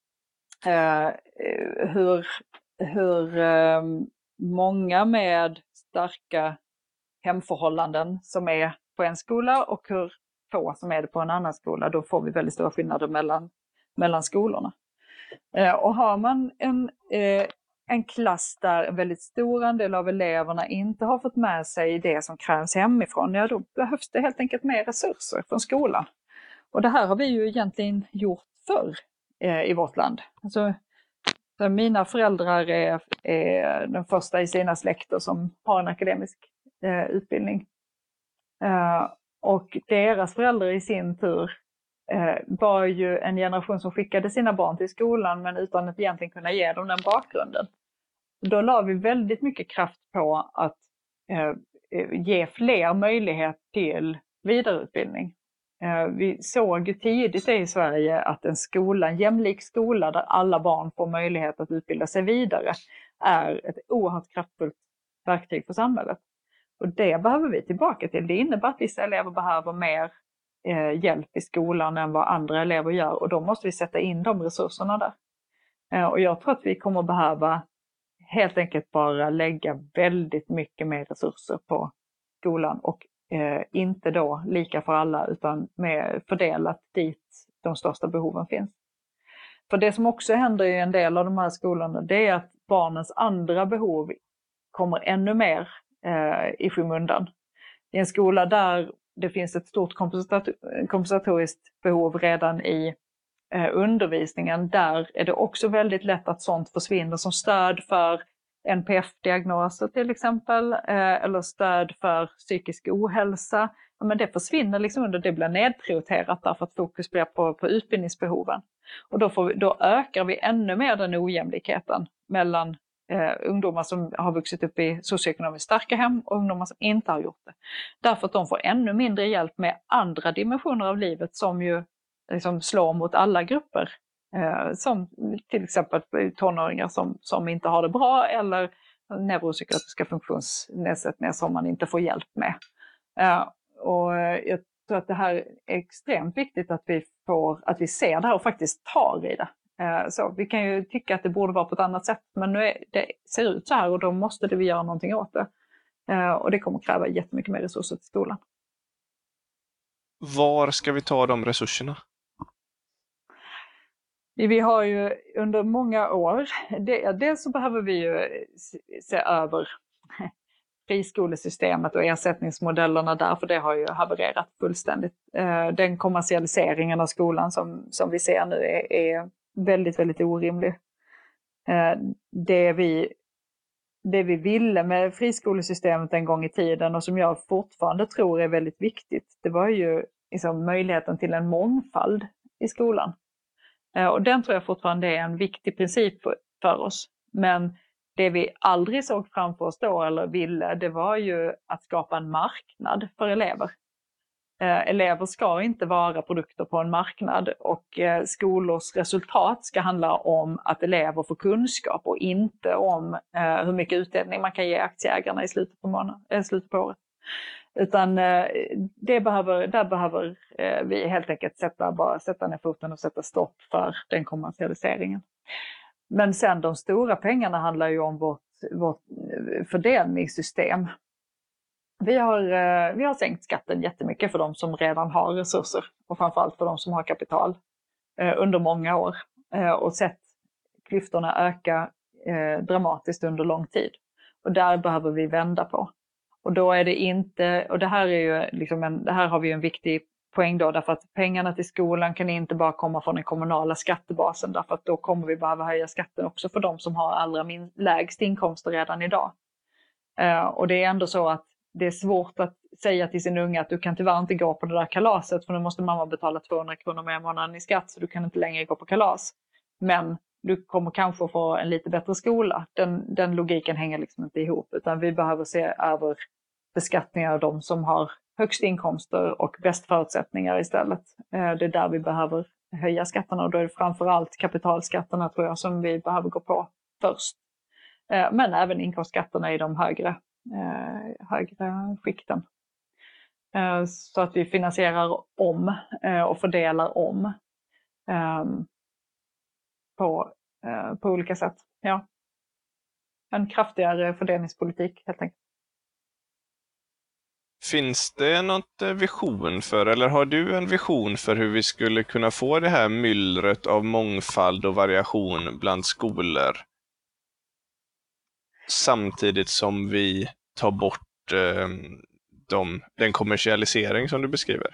Speaker 2: hur många med starka hemförhållanden som är på en skola och hur få som är det på en annan skola, då får vi väldigt stora skillnader mellan skolorna. Och har man en klass där en väldigt stor andel av eleverna inte har fått med sig det som krävs hemifrån, ja då behövs det helt enkelt mer resurser från skolan. Och det här har vi ju egentligen gjort förr i vårt land. Alltså, mina föräldrar är den första i sina släkter som har en akademisk utbildning. Och deras föräldrar i sin tur var ju en generation som skickade sina barn till skolan men utan att egentligen kunna ge dem den bakgrunden. Då la vi väldigt mycket kraft på att ge fler möjlighet till vidareutbildning. Vi såg ju tidigt i Sverige att en jämlik skola där alla barn får möjlighet att utbilda sig vidare är ett oerhört kraftfullt verktyg för samhället. Och det behöver vi tillbaka till. Det innebär att vissa elever behöver mer hjälp i skolan än vad andra elever gör och då måste vi sätta in de resurserna där. Och jag tror att vi kommer behöva helt enkelt bara lägga väldigt mycket mer resurser på skolan och inte då lika för alla utan med fördelat dit de största behoven finns. För det som också händer i en del av de här skolorna, det är att barnens andra behov kommer ännu mer i skymundan. I en skola där det finns ett stort kompensatoriskt behov redan i undervisningen, där är det också väldigt lätt att sånt försvinner som stöd för NPF-diagnoser till exempel, eller stöd för psykisk ohälsa. Ja, men det försvinner liksom under, det blir nedprioriterat därför att fokus blir på utbildningsbehoven. Och då ökar vi ännu mer den ojämlikheten mellan ungdomar som har vuxit upp i socioekonomiskt starka hem och ungdomar som inte har gjort det. Därför att de får ännu mindre hjälp med andra dimensioner av livet som ju liksom slår mot alla grupper. Som till exempel tonåringar som inte har det bra eller neuropsykiatriska funktionsnedsättningar som man inte får hjälp med. Och jag tror att det här är extremt viktigt att vi ser det här och faktiskt tar i det. Så vi kan ju tycka att det borde vara på ett annat sätt, men nu det ser ut så här och då måste vi göra någonting åt det. Och det kommer kräva jättemycket mer resurser till skolan.
Speaker 1: Var ska vi ta de resurserna?
Speaker 2: Vi har ju under många år, dels så behöver vi ju se över friskolesystemet och ersättningsmodellerna där, för det har ju havererat fullständigt. Den kommersialiseringen av skolan som vi ser nu är väldigt, väldigt orimlig. Det vi ville med friskolesystemet en gång i tiden och som jag fortfarande tror är väldigt viktigt, det var ju liksom möjligheten till en mångfald i skolan. Och den tror jag fortfarande är en viktig princip för oss. Men det vi aldrig såg framför oss då eller ville, det var ju att skapa en marknad för elever. Elever ska inte vara produkter på en marknad och skolors resultat ska handla om att elever får kunskap och inte om hur mycket utdelning man kan ge aktieägarna i slutet på året. Utan där behöver vi helt enkelt sätta ner foten och sätta stopp för den kommersialiseringen. Men sen de stora pengarna handlar ju om vårt fördelningssystem. Vi har sänkt skatten jättemycket för de som redan har resurser och framförallt för de som har kapital under många år och sett klyftorna öka dramatiskt under lång tid. Och där behöver vi vända på. Och då är det inte, och det här är ju liksom det här har vi en viktig poäng då, därför att pengarna till skolan kan inte bara komma från den kommunala skattebasen, därför att då kommer vi behöva höja skatten också för de som har allra lägst inkomster redan idag. Och det är ändå så att det är svårt att säga till sin unga att du kan tyvärr inte gå på det där kalaset för nu måste mamma betala 200 kronor mer i månaden i skatt så du kan inte längre gå på kalas. Men du kommer kanske få en lite bättre skola. Den logiken hänger liksom inte ihop, utan vi behöver se över beskattningar av de som har högst inkomster och bäst förutsättningar istället. Det är där vi behöver höja skatterna och då är det framförallt kapitalskatterna tror jag som vi behöver gå på först. Men även inkomstskatterna i de högre skikten. Så att vi finansierar om och fördelar om på olika sätt. Ja. En kraftigare fördelningspolitik helt enkelt.
Speaker 1: Finns det något vision för, eller har du en vision för hur vi skulle kunna få det här myllret av mångfald och variation bland skolor samtidigt som vi tar bort den kommersialisering som du beskriver?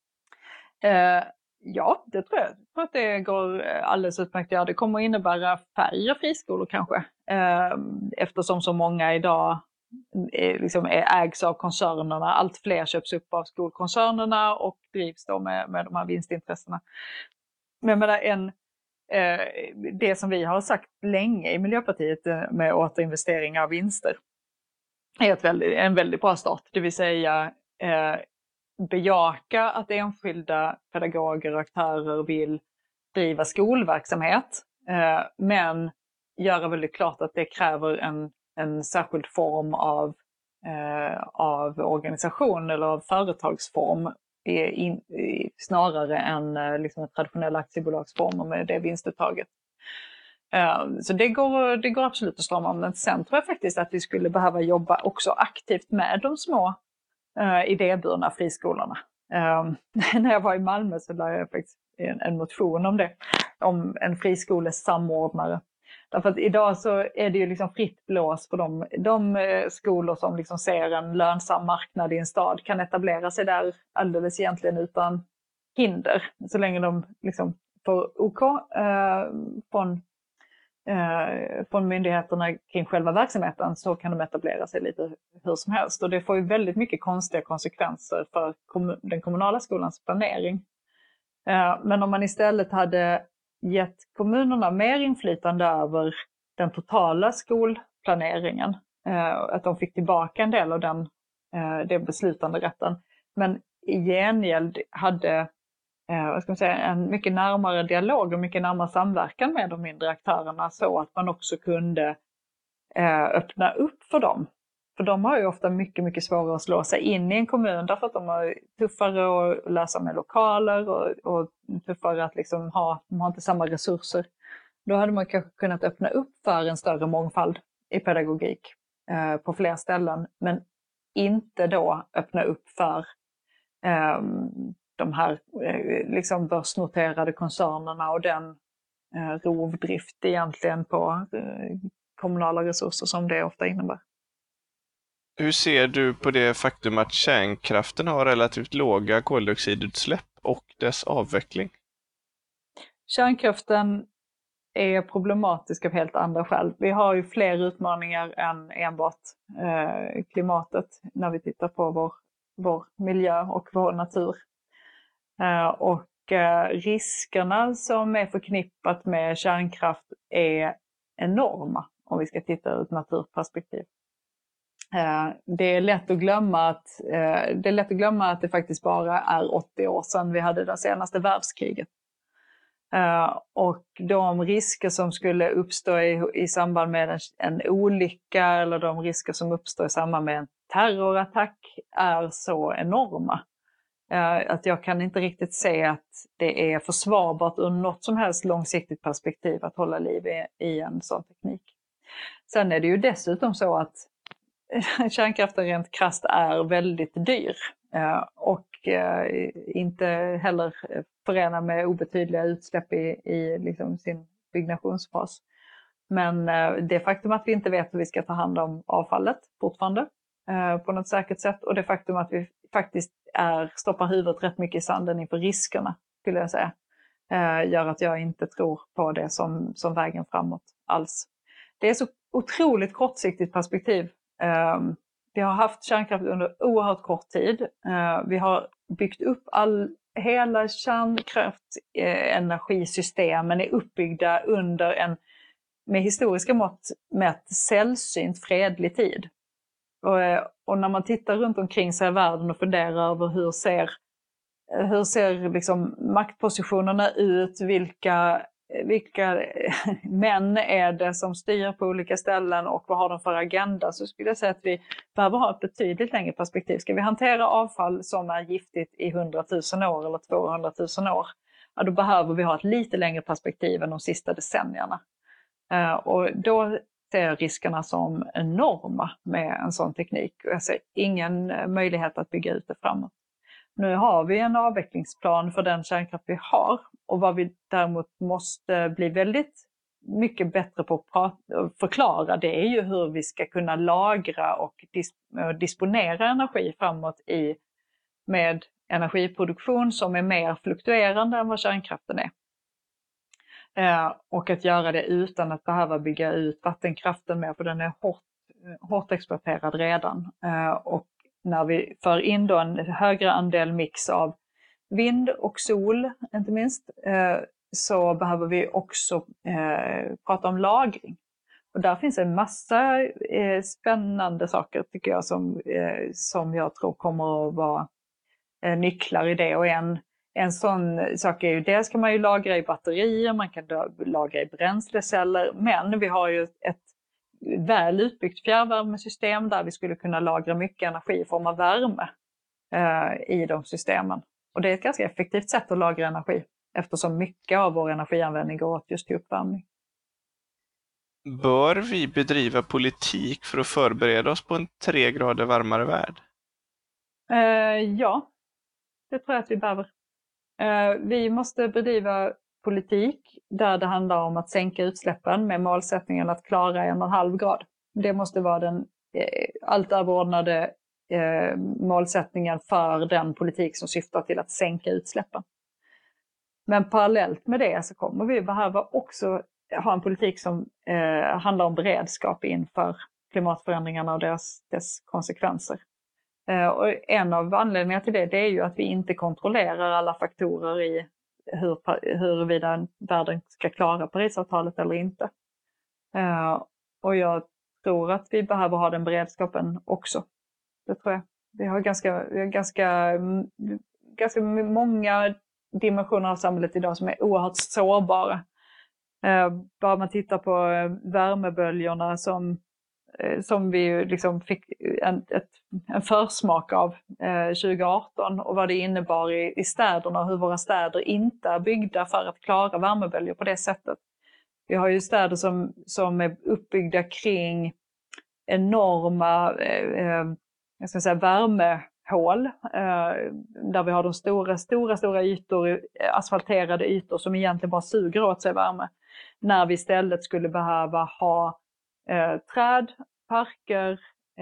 Speaker 2: Ja, det tror jag. Jag tror att det går alldeles utmärkt. Ja, det kommer att innebära färre friskolor kanske. Eftersom så många idag ägs av koncernerna. Allt fler köps upp av skolkoncernerna och drivs då med de här vinstintressena. Men det som vi har sagt länge i Miljöpartiet med återinvestering av vinster är en väldigt bra start. Det vill säga bejaka att enskilda pedagoger och aktörer vill driva skolverksamhet, men göra väldigt klart att det kräver en särskild form av organisation eller av företagsform snarare än liksom en traditionell aktiebolagsform med det vinstuttaget. Så det går absolut att strama om. Men sen tror jag faktiskt att vi skulle behöva jobba också aktivt med de små idéburna friskolorna. När jag var i Malmö så la jag faktiskt en motion om det. Om en friskolesamordnare. Därför att idag så är det ju liksom fritt blås för de skolor som liksom ser en lönsam marknad i en stad kan etablera sig där alldeles egentligen utan hinder. Så länge de liksom får OK från myndigheterna kring själva verksamheten så kan de etablera sig lite hur som helst. Och det får ju väldigt mycket konstiga konsekvenser för den kommunala skolans planering. Men om man istället hade gett kommunerna mer inflytande över den totala skolplaneringen, att de fick tillbaka en del av den beslutande rätten, men i gengäld hade en mycket närmare dialog och mycket närmare samverkan med de mindre aktörerna så att man också kunde öppna upp för dem. För de har ju ofta mycket, mycket svårare att slå sig in i en kommun därför att de har tuffare att lösa med lokaler och tuffare att liksom de har inte samma resurser. Då hade man kanske kunnat öppna upp för en större mångfald i pedagogik på fler ställen, men inte då öppna upp för de här liksom börsnoterade koncernerna och den rovdrift egentligen på kommunala resurser som det ofta innebär.
Speaker 1: Hur ser du på det faktum att kärnkraften har relativt låga koldioxidutsläpp och dess avveckling?
Speaker 2: Kärnkraften är problematisk av helt andra skäl. Vi har ju fler utmaningar än enbart klimatet när vi tittar på vår miljö och vår natur. Och riskerna som är förknippat med kärnkraft är enorma om vi ska titta ur ett naturperspektiv. Det är lätt att glömma att det faktiskt bara är 80 år sedan vi hade det senaste världskriget. Och de risker som skulle uppstå i samband med en olycka eller de risker som uppstår i samband med en terrorattack är så enorma. Att jag kan inte riktigt se att det är försvarbart ur något som helst långsiktigt perspektiv att hålla liv i en sån teknik. Sen är det ju dessutom så att kärnkraften rent krasst är väldigt dyr och inte heller förenad med obetydliga utsläpp i liksom sin byggnationsfas. Men det faktum att vi inte vet hur vi ska ta hand om avfallet fortfarande på något säkert sätt, och det faktum att vi faktiskt stoppar huvudet rätt mycket i sanden inför riskerna, skulle jag säga, gör att jag inte tror på det som vägen framåt alls. Det är så otroligt kortsiktigt perspektiv. Vi har haft kärnkraft under oerhört kort tid. Vi har byggt upp hela kärnkraftenergisystemen är uppbyggda under med historiska mått mätt sällsynt fredlig tid. Och när man tittar runt omkring sig i världen och funderar över hur ser liksom maktpositionerna ut, vilka män är det som styr på olika ställen och vad har de för agenda, så skulle jag säga att vi behöver ha ett betydligt längre perspektiv. Ska vi hantera avfall som är giftigt i 100 000 år eller 200 000 år, ja, då behöver vi ha ett lite längre perspektiv än de sista decennierna. Och då ser jag riskerna som enorma med en sån teknik, och jag ser ingen möjlighet att bygga ut det framåt. Nu har vi en avvecklingsplan för den kärnkraft vi har, och vad vi däremot måste bli väldigt mycket bättre på att förklara, det är ju hur vi ska kunna lagra och disponera energi framåt med energiproduktion som är mer fluktuerande än vad kärnkraften är. Och att göra det utan att behöva bygga ut vattenkraften mer, för den är hårt exploaterad redan. Och när vi för in då en högre andel mix av vind och sol, inte minst, så behöver vi också prata om lagring. Och där finns en massa spännande saker, tycker jag, som jag tror kommer att vara nycklar i det. Och en sån sak är ju, dels kan man ju lagra i batterier, man kan lagra i bränsleceller, men vi har ju ett väl utbyggt fjärrvärmesystem där vi skulle kunna lagra mycket energi i form av värme i de systemen. Och det är ett ganska effektivt sätt att lagra energi, eftersom mycket av vår energianvändning går åt just till uppvärmning.
Speaker 1: Bör vi bedriva politik för att förbereda oss på en 3 grader varmare värld?
Speaker 2: Ja, det tror jag att vi behöver. Vi måste bedriva politik där det handlar om att sänka utsläppen med målsättningen att klara 1,5 grad. Det måste vara den allt överordnade målsättningen för den politik som syftar till att sänka utsläppen. Men parallellt med det så kommer vi behöva också ha en politik som handlar om beredskap inför klimatförändringarna och dess konsekvenser. Och en av anledningarna till det är ju att vi inte kontrollerar alla faktorer i huruvida världen ska klara Parisavtalet eller inte. Och jag tror att vi behöver ha den beredskapen också. Det tror jag. Vi har ganska många dimensioner av samhället idag som är oerhört sårbara. Bara man tittar på värmeböljorna som vi liksom fick en försmak av 2018 och vad det innebar i städerna och hur våra städer inte är byggda för att klara värmeböljor på det sättet. Vi har ju städer som är uppbyggda kring enorma värmehål där vi har de stora ytor, asfalterade ytor som egentligen bara suger åt sig värme. När vi istället skulle behöva ha träd, parker,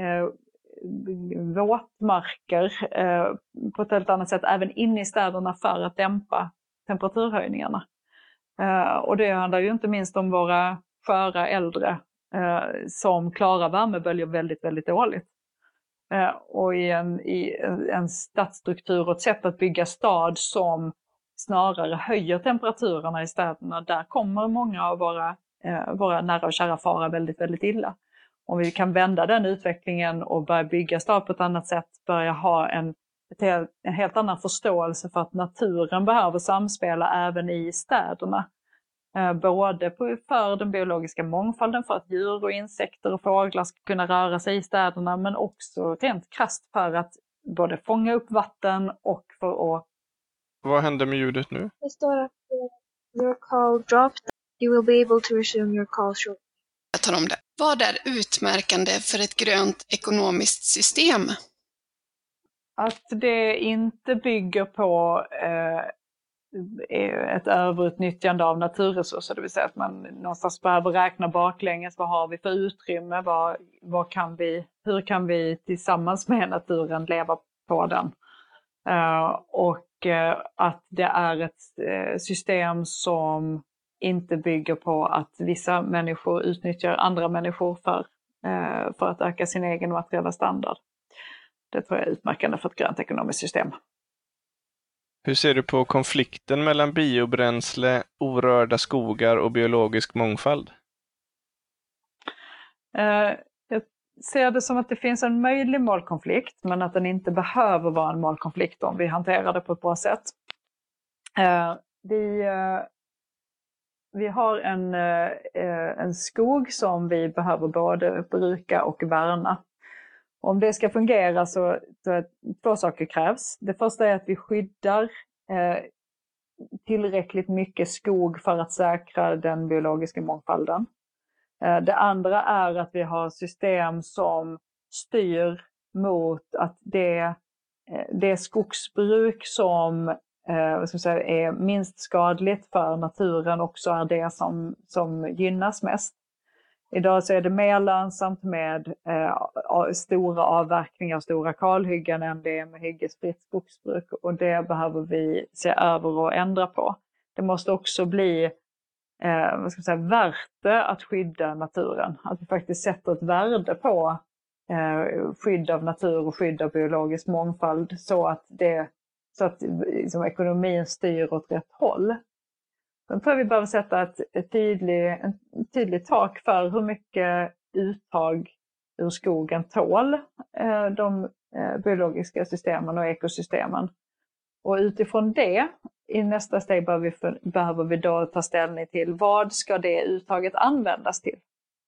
Speaker 2: våtmarker på ett helt annat sätt även inne i städerna för att dämpa temperaturhöjningarna. Och det handlar ju inte minst om våra sköra äldre som klarar värmeböljor väldigt, väldigt dåligt. Och i en stadsstruktur och ett sätt att bygga stad som snarare höjer temperaturerna i städerna, där kommer många av våra nära och kära fara väldigt, väldigt illa. om vi kan vända den utvecklingen och börja bygga stad på ett annat sätt, börja ha en helt annan förståelse för att naturen behöver samspela även i städerna. Både för den biologiska mångfalden, för att djur och insekter och fåglar ska kunna röra sig i städerna, men också rent krasst för att både fånga upp vatten och för att...
Speaker 1: Vad händer med ljudet nu?
Speaker 4: Det står att your call dropped. You will be able to resume your call shortly.
Speaker 3: Jag tar om det. Vad är utmärkande för ett grönt ekonomiskt system?
Speaker 2: Att det inte bygger på ett överutnyttjande av naturresurser, det vill säga att man någonstans behöver räkna baklänges. Vad har vi för utrymme? Hur kan vi tillsammans med naturen leva på den? Och att det är ett system som inte bygger på att vissa människor utnyttjar andra människor för att öka sin egen materiella standard. Det tror jag är utmärkande för ett grönt ekonomiskt system.
Speaker 1: Hur ser du på konflikten mellan biobränsle, orörda skogar och biologisk mångfald?
Speaker 2: Jag ser det som att det finns en möjlig målkonflikt, men att den inte behöver vara en målkonflikt om vi hanterar det på ett bra sätt. Vi har en skog som vi behöver både bruka och värna. Om det ska fungera så två saker krävs. Det första är att vi skyddar tillräckligt mycket skog för att säkra den biologiska mångfalden. Det andra är att vi har system som styr mot att det skogsbruk som är minst skadligt för naturen också är det som gynnas mest. Idag så är det mer lönsamt med stora avverkningar och stora kalhyggen än det är med hyggesfritt skogsbruk, och det behöver vi se över och ändra på. Det måste också bli värt det att skydda naturen. Att vi faktiskt sätter ett värde på skydd av natur och skydd av biologisk mångfald så att ekonomin styr åt rätt håll. Sen tror jag vi behöver sätta ett tydligt tak för hur mycket uttag ur skogen tål de biologiska systemen och ekosystemen. Och utifrån det, i nästa steg behöver vi då ta ställning till vad ska det uttaget användas till.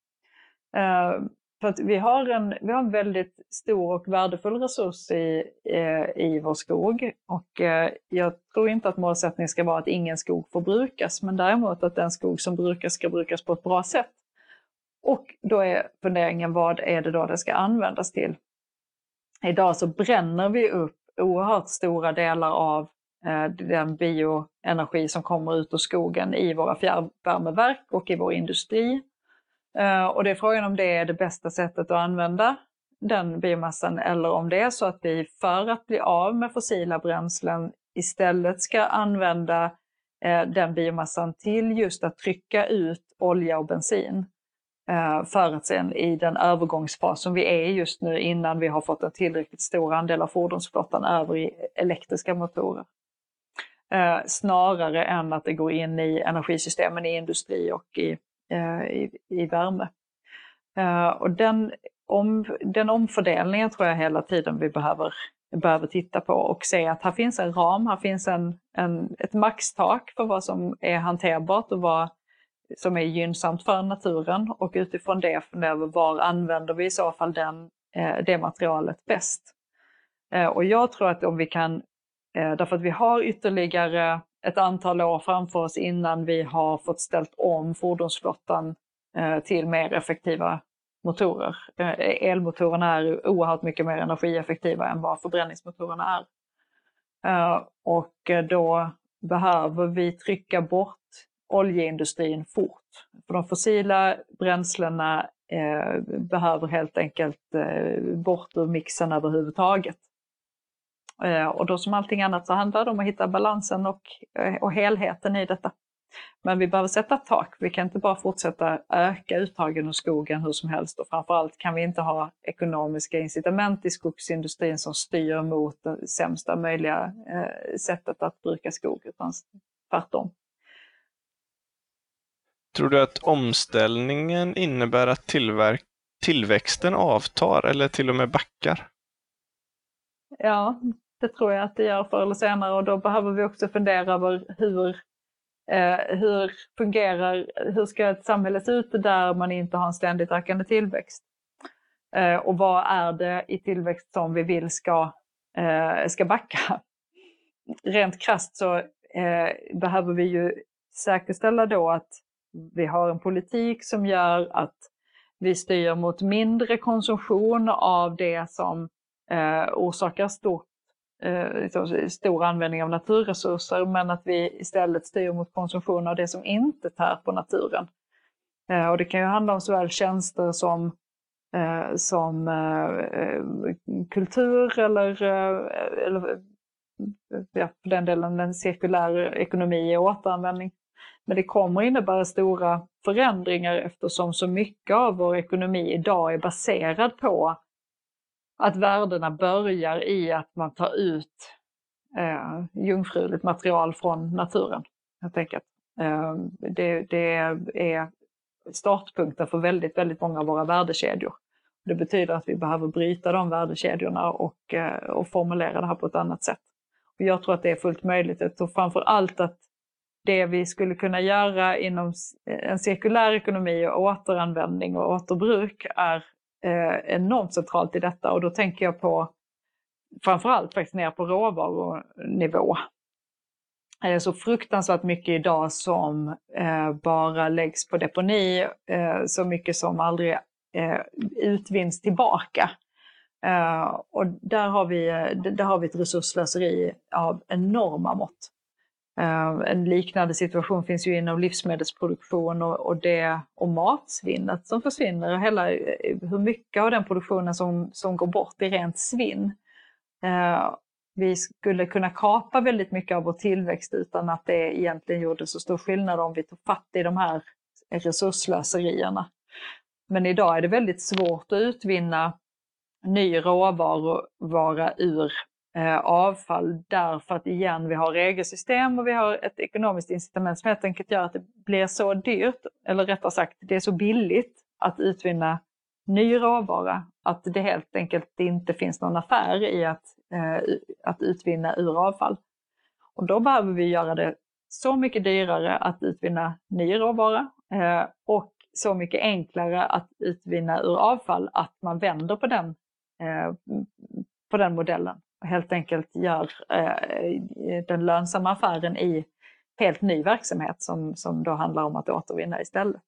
Speaker 2: För att vi har en väldigt stor och värdefull resurs i vår skog, och jag tror inte att målsättningen ska vara att ingen skog får brukas, men däremot att den skog som brukas ska brukas på ett bra sätt. Och då är funderingen, vad är det då det ska användas till? Idag så bränner vi upp oerhört stora delar av den bioenergi som kommer ut ur skogen i våra fjärrvärmeverk och i vår industri. Och det är frågan om det är det bästa sättet att använda den biomassan, eller om det är så att vi för att bli av med fossila bränslen istället ska använda den biomassan till just att trycka ut olja och bensin. För att sen i den övergångsfas som vi är just nu, innan vi har fått en tillräckligt stor andel av fordonsflottan över i elektriska motorer. Snarare än att det går in i energisystemen i industri och i värme. Och den omfördelningen tror jag hela tiden vi behöver titta på och se att här finns en ram, här finns ett maxtak för vad som är hanterbart och vad som är gynnsamt för naturen, och utifrån det fundera över var använder vi i så fall det materialet bäst. Och jag tror att om vi kan, därför att vi har ytterligare ett antal år framför oss innan vi har fått ställt om fordonsflottan till mer effektiva motorer. Elmotorerna är oerhört mycket mer energieffektiva än vad förbränningsmotorerna är. Och då behöver vi trycka bort oljeindustrin fort. För de fossila bränslena behöver helt enkelt bort ur mixen överhuvudtaget. Och då som allting annat så handlar det om att hitta balansen och helheten i detta. Men vi behöver sätta ett tak. Vi kan inte bara fortsätta öka uttagen ur skogen hur som helst. Och framförallt kan vi inte ha ekonomiska incitament i skogsindustrin som styr mot det sämsta möjliga sättet att bruka skog, utan tvärtom.
Speaker 1: Tror du att omställningen innebär att tillväxten avtar eller till och med backar?
Speaker 2: Ja, det tror jag att det gör förr eller senare, och då behöver vi också fundera över hur ska ett samhälle se ut där man inte har en ständigt ökande tillväxt? Och vad är det i tillväxt som vi vill ska backa? Rent krasst så behöver vi ju säkerställa då att vi har en politik som gör att vi styr mot mindre konsumtion av det som orsakar stor användning av naturresurser, men att vi istället styr mot konsumtion av det som inte tär på naturen. Och det kan ju handla om såväl tjänster som kultur eller för den delen en cirkulär ekonomi och återanvändning. Men det kommer innebära stora förändringar eftersom så mycket av vår ekonomi idag är baserad på att värdena börjar i att man tar ut jungfruligt material från naturen. Jag tänker det är startpunkten för väldigt, väldigt många av våra värdekedjor. Det betyder att vi behöver bryta de värdekedjorna och formulera det här på ett annat sätt. Och jag tror att det är fullt möjligt. Jag tror framför allt att det vi skulle kunna göra inom en cirkulär ekonomi och återanvändning och återbruk är enormt centralt i detta. Och då tänker jag på framförallt faktiskt ner på råvarunivå. Det är så fruktansvärt mycket idag som bara läggs på deponi, så mycket som aldrig utvinns tillbaka. Och där har vi ett resursslöseri av enorma mått. En liknande situation finns ju inom livsmedelsproduktion och matsvinnet som försvinner. Hur mycket av den produktionen som går bort är rent svinn. Vi skulle kunna kapa väldigt mycket av vår tillväxt utan att det egentligen gjorde så stor skillnad om vi tog fatt i de här resursslöserierna. Men idag är det väldigt svårt att utvinna ny råvara ur avfall därför att igen vi har regelsystem och vi har ett ekonomiskt incitament som helt enkelt gör att det blir så dyrt, eller rättare sagt det är så billigt att utvinna ny råvara att det helt enkelt inte finns någon affär i att utvinna ur avfall. Och då behöver vi göra det så mycket dyrare att utvinna ny råvara och så mycket enklare att utvinna ur avfall att man vänder på den modellen och helt enkelt gör den lönsamma affären i helt ny verksamhet som då handlar om att återvinna istället.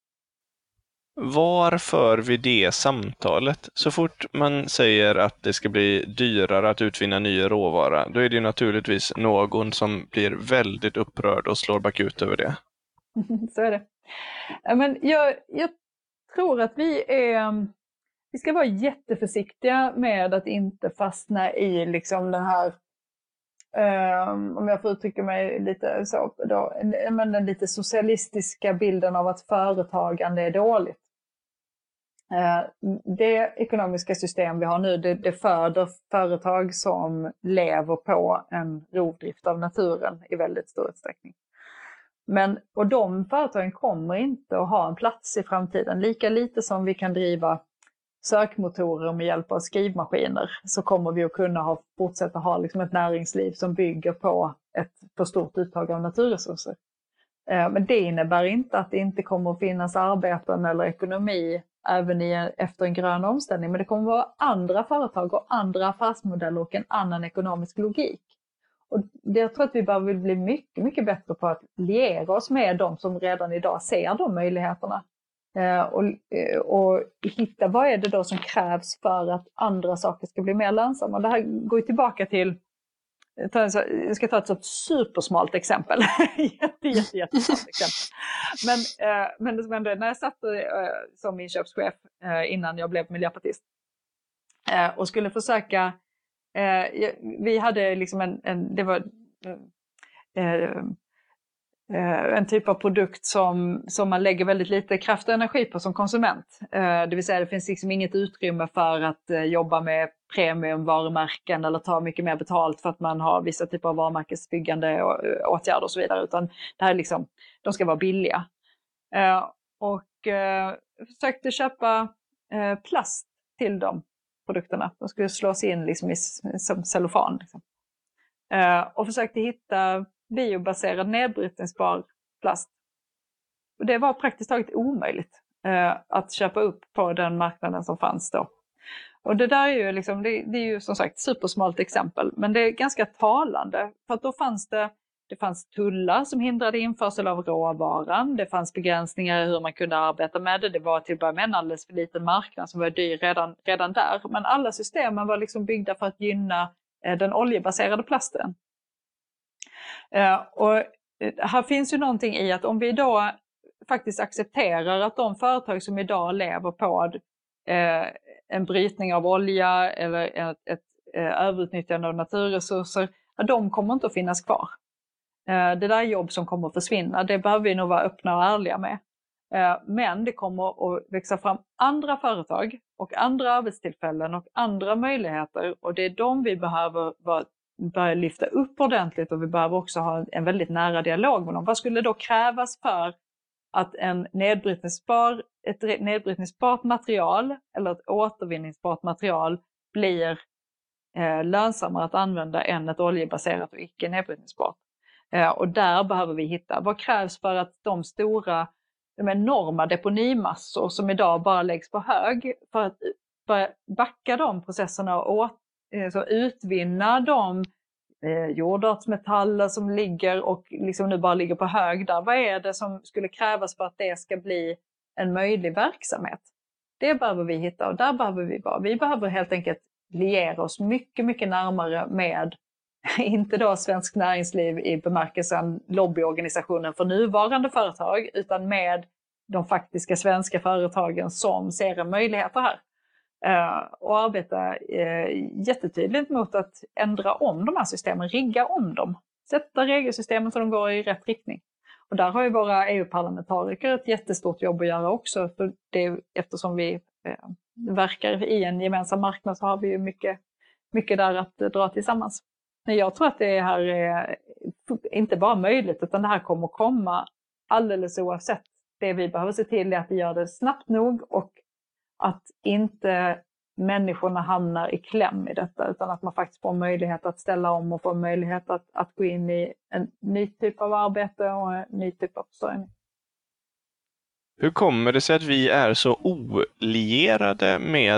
Speaker 1: Var för vi det samtalet? Så fort man säger att det ska bli dyrare att utvinna ny råvara, då är det ju naturligtvis någon som blir väldigt upprörd och slår bakut över det.
Speaker 2: Så är det. Men jag tror att vi ska vara jätteförsiktiga med att inte fastna i liksom den här, om jag får uttrycka mig lite så, den lite socialistiska bilden av att företagande är dåligt. Det ekonomiska system vi har nu, det föder företag som lever på en rovdrift av naturen i väldigt stor utsträckning. Och de företagen kommer inte att ha en plats i framtiden. Lika lite som vi kan driva sökmotorer med hjälp av skrivmaskiner så kommer vi att kunna fortsätta ha liksom ett näringsliv som bygger på ett för stort uttag av naturresurser. Men det innebär inte att det inte kommer att finnas arbeten eller ekonomi även efter en grön omställning. Men det kommer att vara andra företag och andra affärsmodeller och en annan ekonomisk logik. Och jag tror att vi behöver bli mycket, mycket bättre på att liera oss med de som redan idag ser de möjligheterna. Och hitta vad är det då som krävs för att andra saker ska bli mer lönsamma. Och det här går ju tillbaka till, jag ska ta ett supersmalt exempel. jättesmalt exempel. Men när jag satt som inköpschef innan jag blev miljöpartist och skulle försöka, vi hade liksom det var en typ av produkt som man lägger väldigt lite kraft och energi på som konsument. Det vill säga det finns liksom inget utrymme för att jobba med premiumvarumärken eller ta mycket mer betalt för att man har vissa typer av varumärkesbyggande åtgärder och så vidare. Utan det här är liksom, de ska vara billiga. Och försökte köpa plast till de produkterna. De skulle slås in liksom som cellofan. Liksom. Och försökte hitta biobaserad nedbrytningsbar plast. Och det var praktiskt taget omöjligt att köpa upp på den marknaden som fanns då. Och det där är ju liksom, det är ju som sagt supersmalt exempel, men det är ganska talande. För att då fanns det fanns tullar som hindrade införsel av råvaran. Det fanns begränsningar i hur man kunde arbeta med det. Det var till att börja med en alldeles för liten marknad som var dyr redan där. Men alla systemen var liksom byggda för att gynna den oljebaserade plasten. Och här finns ju någonting i att om vi då faktiskt accepterar att de företag som idag lever på en brytning av olja eller ett överutnyttjande av naturresurser, de kommer inte att finnas kvar. Det där är jobb som kommer att försvinna, det behöver vi nog vara öppna och ärliga med. Men det kommer att växa fram andra företag och andra arbetstillfällen och andra möjligheter, och det är de vi behöver börja lyfta upp ordentligt, och vi behöver också ha en väldigt nära dialog med dem. Vad skulle då krävas för att ett nedbrytningsbart material eller ett återvinningsbart material blir lönsammare att använda än ett oljebaserat och icke nedbrytningsbart? Och där behöver vi hitta, vad krävs för att de enorma deponimassor som idag bara läggs på hög, för att backa de processerna och så utvinna de jordartsmetaller som ligger och liksom nu bara ligger på hög där. Vad är det som skulle krävas för att det ska bli en möjlig verksamhet? Det behöver vi hitta, och där behöver vi vara. Vi behöver helt enkelt liera oss mycket, mycket närmare med, inte då Svensk Näringsliv i bemärkelsen lobbyorganisationen för nuvarande företag, utan med de faktiska svenska företagen som ser en möjligheter här. Och arbeta jättetydligt mot att ändra om de här systemen, rigga om dem. Sätta regelsystemen så de går i rätt riktning. Och där har ju våra EU-parlamentariker ett jättestort jobb att göra också. För eftersom vi verkar i en gemensam marknad så har vi ju mycket där att dra tillsammans. Men jag tror att det här är inte bara möjligt, utan det här kommer att komma alldeles oavsett. Det vi behöver se till är att vi gör det snabbt nog och att inte människorna hamnar i kläm i detta, utan att man faktiskt får möjlighet att ställa om och får möjlighet att gå in i en ny typ av arbete och en ny typ av försörjning.
Speaker 1: Hur kommer det sig att vi är så olierade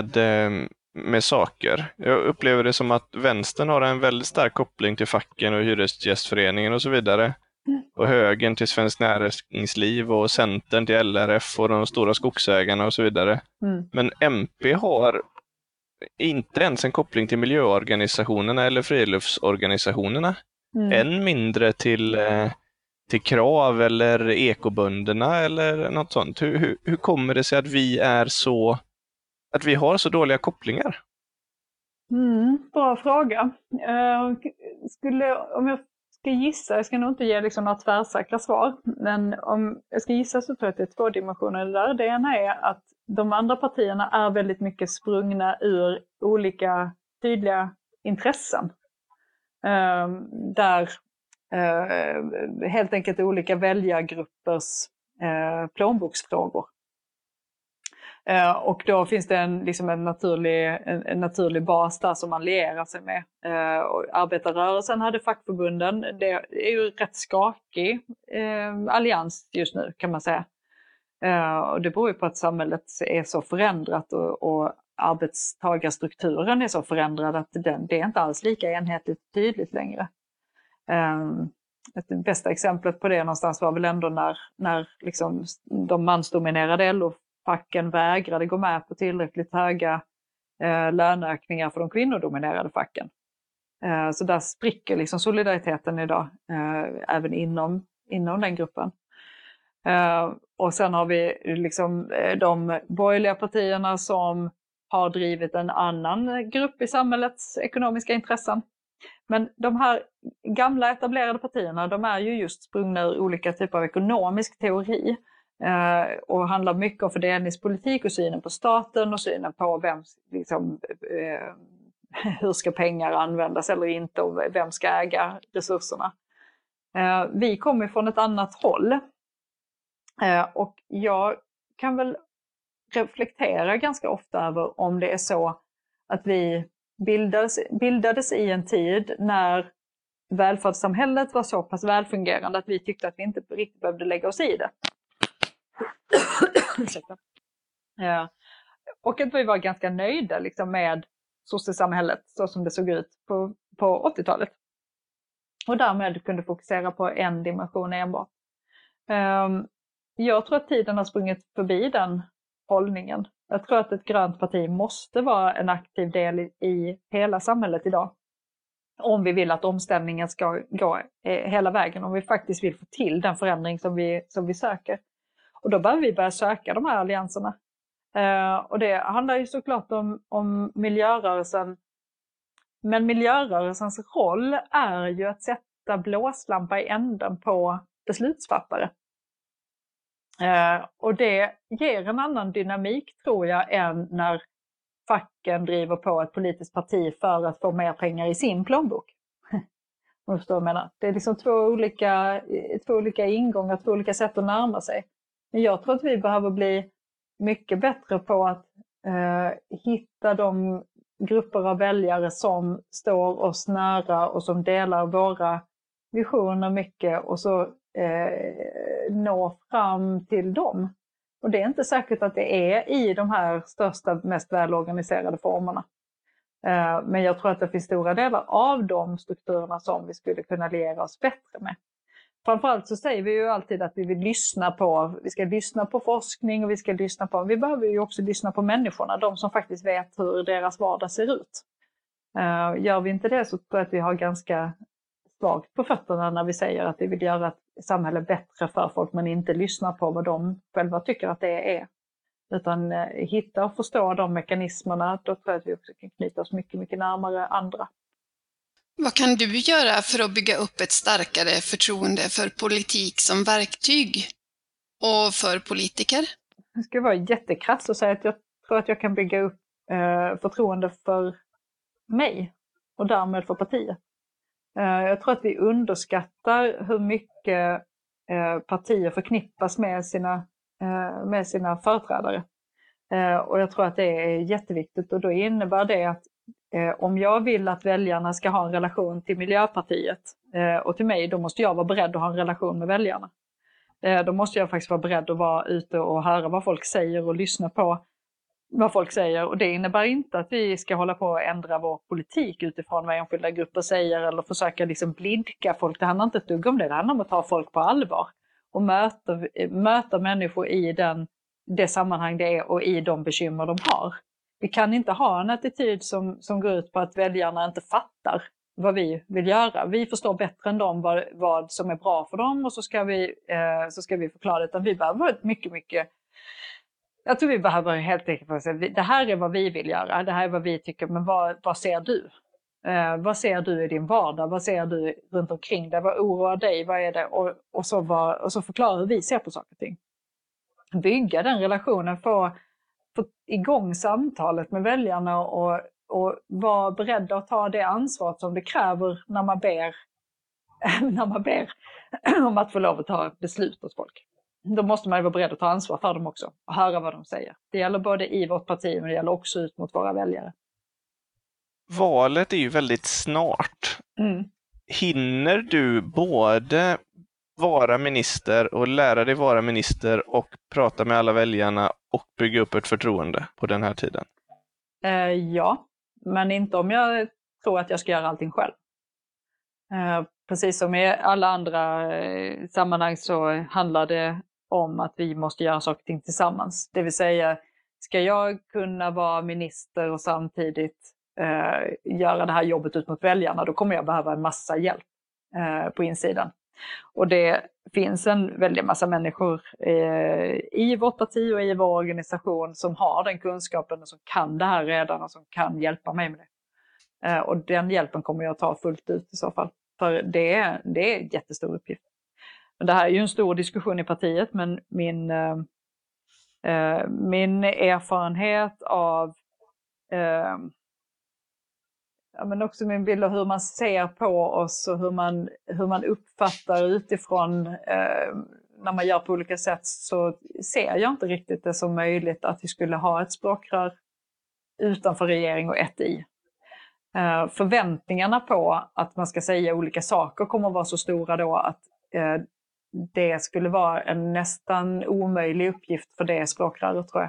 Speaker 1: med saker? Jag upplever det som att vänstern har en väldigt stark koppling till facken och hyresgästföreningen och så vidare. Och högern till Svensk Näringsliv och Centern till LRF och de stora skogsägarna och så vidare. Men MP har inte ens en koppling till miljöorganisationerna eller friluftsorganisationerna. Än mindre till krav eller ekobönderna eller något sånt. Hur kommer det sig att vi har så dåliga kopplingar?
Speaker 2: Bra fråga. Om jag ska gissa, jag ska nog inte ge liksom några tvärsäkra svar, men om jag ska gissa så tror jag att det är 2 dimensioner där. Det ena är att de andra partierna är väldigt mycket sprungna ur olika tydliga intressen. Där helt enkelt olika väljargruppers plånboksfrågor. Och då finns det en naturlig bas där som man lierar sig med. Och arbetarrörelsen hade fackförbunden. Det är ju rätt skakig allians just nu kan man säga. Och det beror ju på att samhället är så förändrat och arbetstagarstrukturen är så förändrad att det är inte alls lika enhetligt tydligt längre. Det bästa exemplet på det någonstans var väl ändå när liksom de mansdominerade LO-facken vägrade gå med på tillräckligt höga löneökningar för de kvinnodominerade facken. Så där spricker liksom solidariteten idag, även inom den gruppen. Och sen har vi liksom de borgerliga partierna som har drivit en annan grupp i samhällets ekonomiska intressen. Men de här gamla etablerade partierna, de är ju just sprungna ur olika typer av ekonomisk teori och handlar mycket om fördelningspolitik och synen på staten och synen på hur ska pengar användas eller inte och vem ska äga resurserna. Vi kommer från ett annat håll och jag kan väl reflekterar ganska ofta över om det är så att vi bildades i en tid när välfärdssamhället var så pass välfungerande att vi tyckte att vi inte riktigt behövde lägga oss i det. Ja. Och att vi var ganska nöjda liksom, med sossesamhället så som det såg ut på 80-talet. Och därmed kunde fokusera på en dimension enbart. Jag tror att tiden har sprungit förbi den hållningen. Jag tror att ett grönt parti måste vara en aktiv del i hela samhället idag. Om vi vill att omställningen ska gå hela vägen. Om vi faktiskt vill få till den förändring som vi söker. Och då behöver vi börja söka de här allianserna. Och det handlar ju såklart om miljörörelsen. Men miljörörelsens roll är ju att sätta blåslampa i änden på beslutsfattare. Och det ger en annan dynamik tror jag än när facken driver på ett politiskt parti för att få mer pengar i sin plånbok. Om du förstår vad jag menar. Det är liksom två olika ingångar, två olika sätt att närma sig. Men jag tror att vi behöver bli mycket bättre på att hitta de grupper av väljare som står oss nära och som delar våra visioner mycket och så nå fram till dem. Och det är inte säkert att det är i de här största, mest välorganiserade formerna. Men jag tror att det finns stora delar av de strukturerna som vi skulle kunna liera oss bättre med. Framförallt så säger vi ju alltid att vi ska lyssna på forskning och vi behöver ju också lyssna på människorna, de som faktiskt vet hur deras vardag ser ut. Gör vi inte det så tror jag att vi har ganska svagt på fötterna när vi säger att vi vill göra ett samhälle bättre för folk men inte lyssna på vad de själva tycker att det är. Utan hitta och förstå de mekanismerna, då tror jag att vi också kan knyta oss mycket, mycket närmare andra.
Speaker 3: Vad kan du göra för att bygga upp ett starkare förtroende för politik som verktyg och för politiker?
Speaker 2: Det ska vara jättekrass och säga att jag tror att jag kan bygga upp förtroende för mig och därmed för partiet. Jag tror att vi underskattar hur mycket partier förknippas med sina företrädare. Och jag tror att det är jätteviktigt och då innebär det att om jag vill att väljarna ska ha en relation till Miljöpartiet och till mig, då måste jag vara beredd att ha en relation med väljarna. Då måste jag faktiskt vara beredd att vara ute och höra vad folk säger och lyssna på vad folk säger. Och det innebär inte att vi ska hålla på att ändra vår politik utifrån vad enskilda grupper säger eller försöka liksom blidka folk. Det handlar inte ett dugg om det. Det handlar om att ta folk på allvar och möta människor i det sammanhang det är och i de bekymmer de har. Vi kan inte ha en attityd som går ut på att väljarna inte fattar vad vi vill göra. Vi förstår bättre än dem vad som är bra för dem och så ska vi förklara det. Utan vi behöver ett mycket. Jag tror vi behöver helt enkelt säga det här är vad vi vill göra, det här är vad vi tycker, men vad ser du? Vad ser du i din vardag? Vad ser du runt omkring dig? Vad oroar dig? Vad är det? Och så förklara hur vi ser på saker och ting. Bygga den relationen, få igång samtalet med väljarna och vara beredda att ta det ansvar som det kräver när man ber om att få lov att ta beslut åt folk. Då måste man ju vara beredd att ta ansvar för dem också och höra vad de säger. Det gäller både i vårt parti men det gäller också ut mot våra väljare.
Speaker 1: Valet är ju väldigt snart. Hinner du både vara minister och lära dig vara minister och prata med alla väljarna och bygga upp ett förtroende på den här tiden?
Speaker 2: Ja, men inte om jag tror att jag ska göra allting själv. Precis som i alla andra sammanhang så handlar det om att vi måste göra saker och ting tillsammans. Det vill säga, ska jag kunna vara minister och samtidigt göra det här jobbet ut mot väljarna, då kommer jag behöva en massa hjälp på insidan. Och det finns en väldigt massa människor i vårt parti och i vår organisation som har den kunskapen och som kan det här redan och som kan hjälpa mig med det. Och den hjälpen kommer jag ta fullt ut i så fall. För det är en jättestor uppgift. Men det här är ju en stor diskussion i partiet, men min erfarenhet av men också min bild av hur man ser på oss och hur man uppfattar utifrån när man gör på olika sätt så ser jag inte riktigt det som möjligt att vi skulle ha ett språkrör utanför regering och ett i. Förväntningarna på att man ska säga olika saker kommer att vara så stora då att det skulle vara en nästan omöjlig uppgift för det språkröret, tror jag.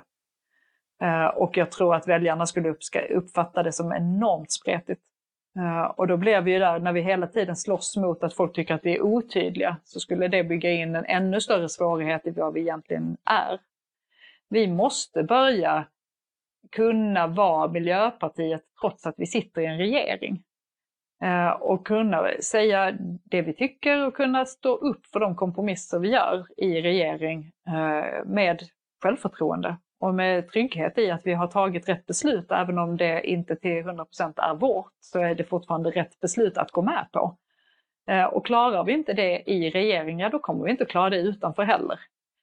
Speaker 2: Och jag tror att väljarna skulle uppfatta det som enormt spretigt. Och då blev vi ju där, när vi hela tiden slåss mot att folk tycker att vi är otydliga, så skulle det bygga in en ännu större svårighet i vad vi egentligen är. Vi måste börja kunna vara Miljöpartiet trots att vi sitter i en regering. Och kunna säga det vi tycker och kunna stå upp för de kompromisser vi gör i regering med självförtroende och med trygghet i att vi har tagit rätt beslut. Även om det inte till 100% är vårt, så är det fortfarande rätt beslut att gå med på. Och klarar vi inte det i regeringen, då kommer vi inte klara det utanför heller.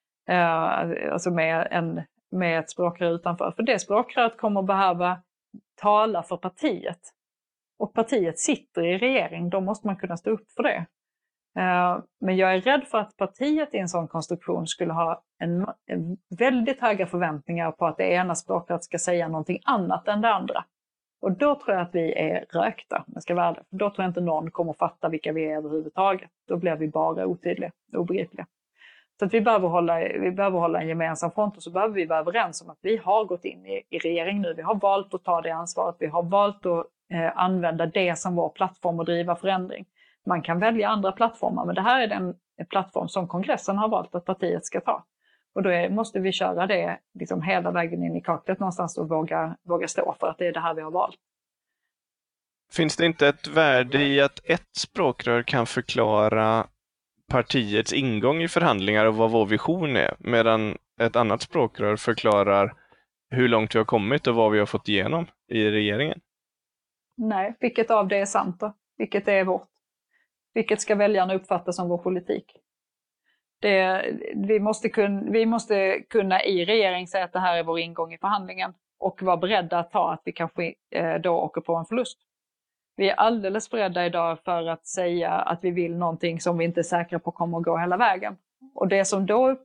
Speaker 2: Alltså med ett språkrör utanför. För det språkröret kommer behöva tala för partiet. Och partiet sitter i regering, då måste man kunna stå upp för det. Men jag är rädd för att partiet i en sån konstruktion skulle ha en väldigt höga förväntningar på att det ena språkröret ska säga någonting annat än det andra. Och då tror jag att vi är rökta, om jag ska vara ärlig. Då tror jag inte någon kommer fatta vilka vi är överhuvudtaget. Då blir vi bara otydliga, obegripliga. Så att vi behöver hålla en gemensam front, och så behöver vi vara överens om att vi har gått in i regering nu. Vi har valt att ta det ansvaret. Vi har valt att använda det som vår plattform och driva förändring. Man kan välja andra plattformar, men det här är den plattform som kongressen har valt att partiet ska ta. Och då måste vi köra det liksom hela vägen in i kaklet någonstans och våga stå för att det är det här vi har valt.
Speaker 1: Finns det inte ett värde i att ett språkrör kan förklara partiets ingång i förhandlingar och vad vår vision är, medan ett annat språkrör förklarar hur långt vi har kommit och vad vi har fått igenom i regeringen?
Speaker 2: Nej, vilket av det är sant då? Vilket är vårt? Vilket ska väljarna uppfatta som vår politik? Vi måste kunna i regering säga att det här är vår ingång i förhandlingen och vara beredda att ta att vi kanske då åker på en förlust. Vi är alldeles beredda idag för att säga att vi vill någonting som vi inte är säkra på kommer att gå hela vägen. Och det som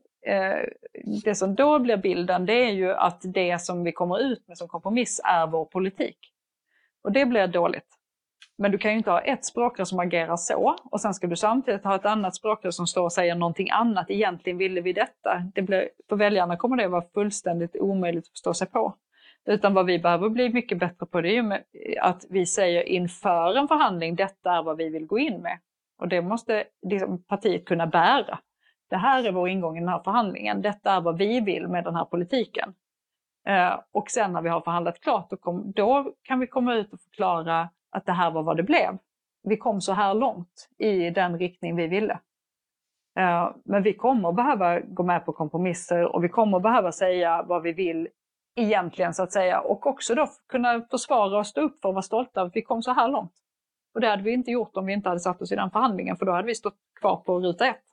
Speaker 2: då blir bilden, det är ju att det som vi kommer ut med som kompromiss är vår politik. Och det blir dåligt. Men du kan ju inte ha ett språkrör som agerar så, och sen ska du samtidigt ha ett annat språkrör som står och säger någonting annat. Egentligen ville vi detta. För väljarna kommer det vara fullständigt omöjligt att förstå sig på. Utan vad vi behöver bli mycket bättre på, det är ju att vi säger inför en förhandling, detta är vad vi vill gå in med. Och det måste partiet kunna bära. Det här är vår ingång i den här förhandlingen. Detta är vad vi vill med den här politiken. Och sen när vi har förhandlat klart, då kan vi komma ut och förklara att det här var vad det blev. Vi kom så här långt i den riktning vi ville. Men vi kommer behöva gå med på kompromisser, och vi kommer behöva säga vad vi vill egentligen, så att säga. Och också då kunna försvara och stå upp för att vara stolta att vi kom så här långt. Och det hade vi inte gjort om vi inte hade satt oss i den förhandlingen, för då hade vi stått kvar på ruta 1.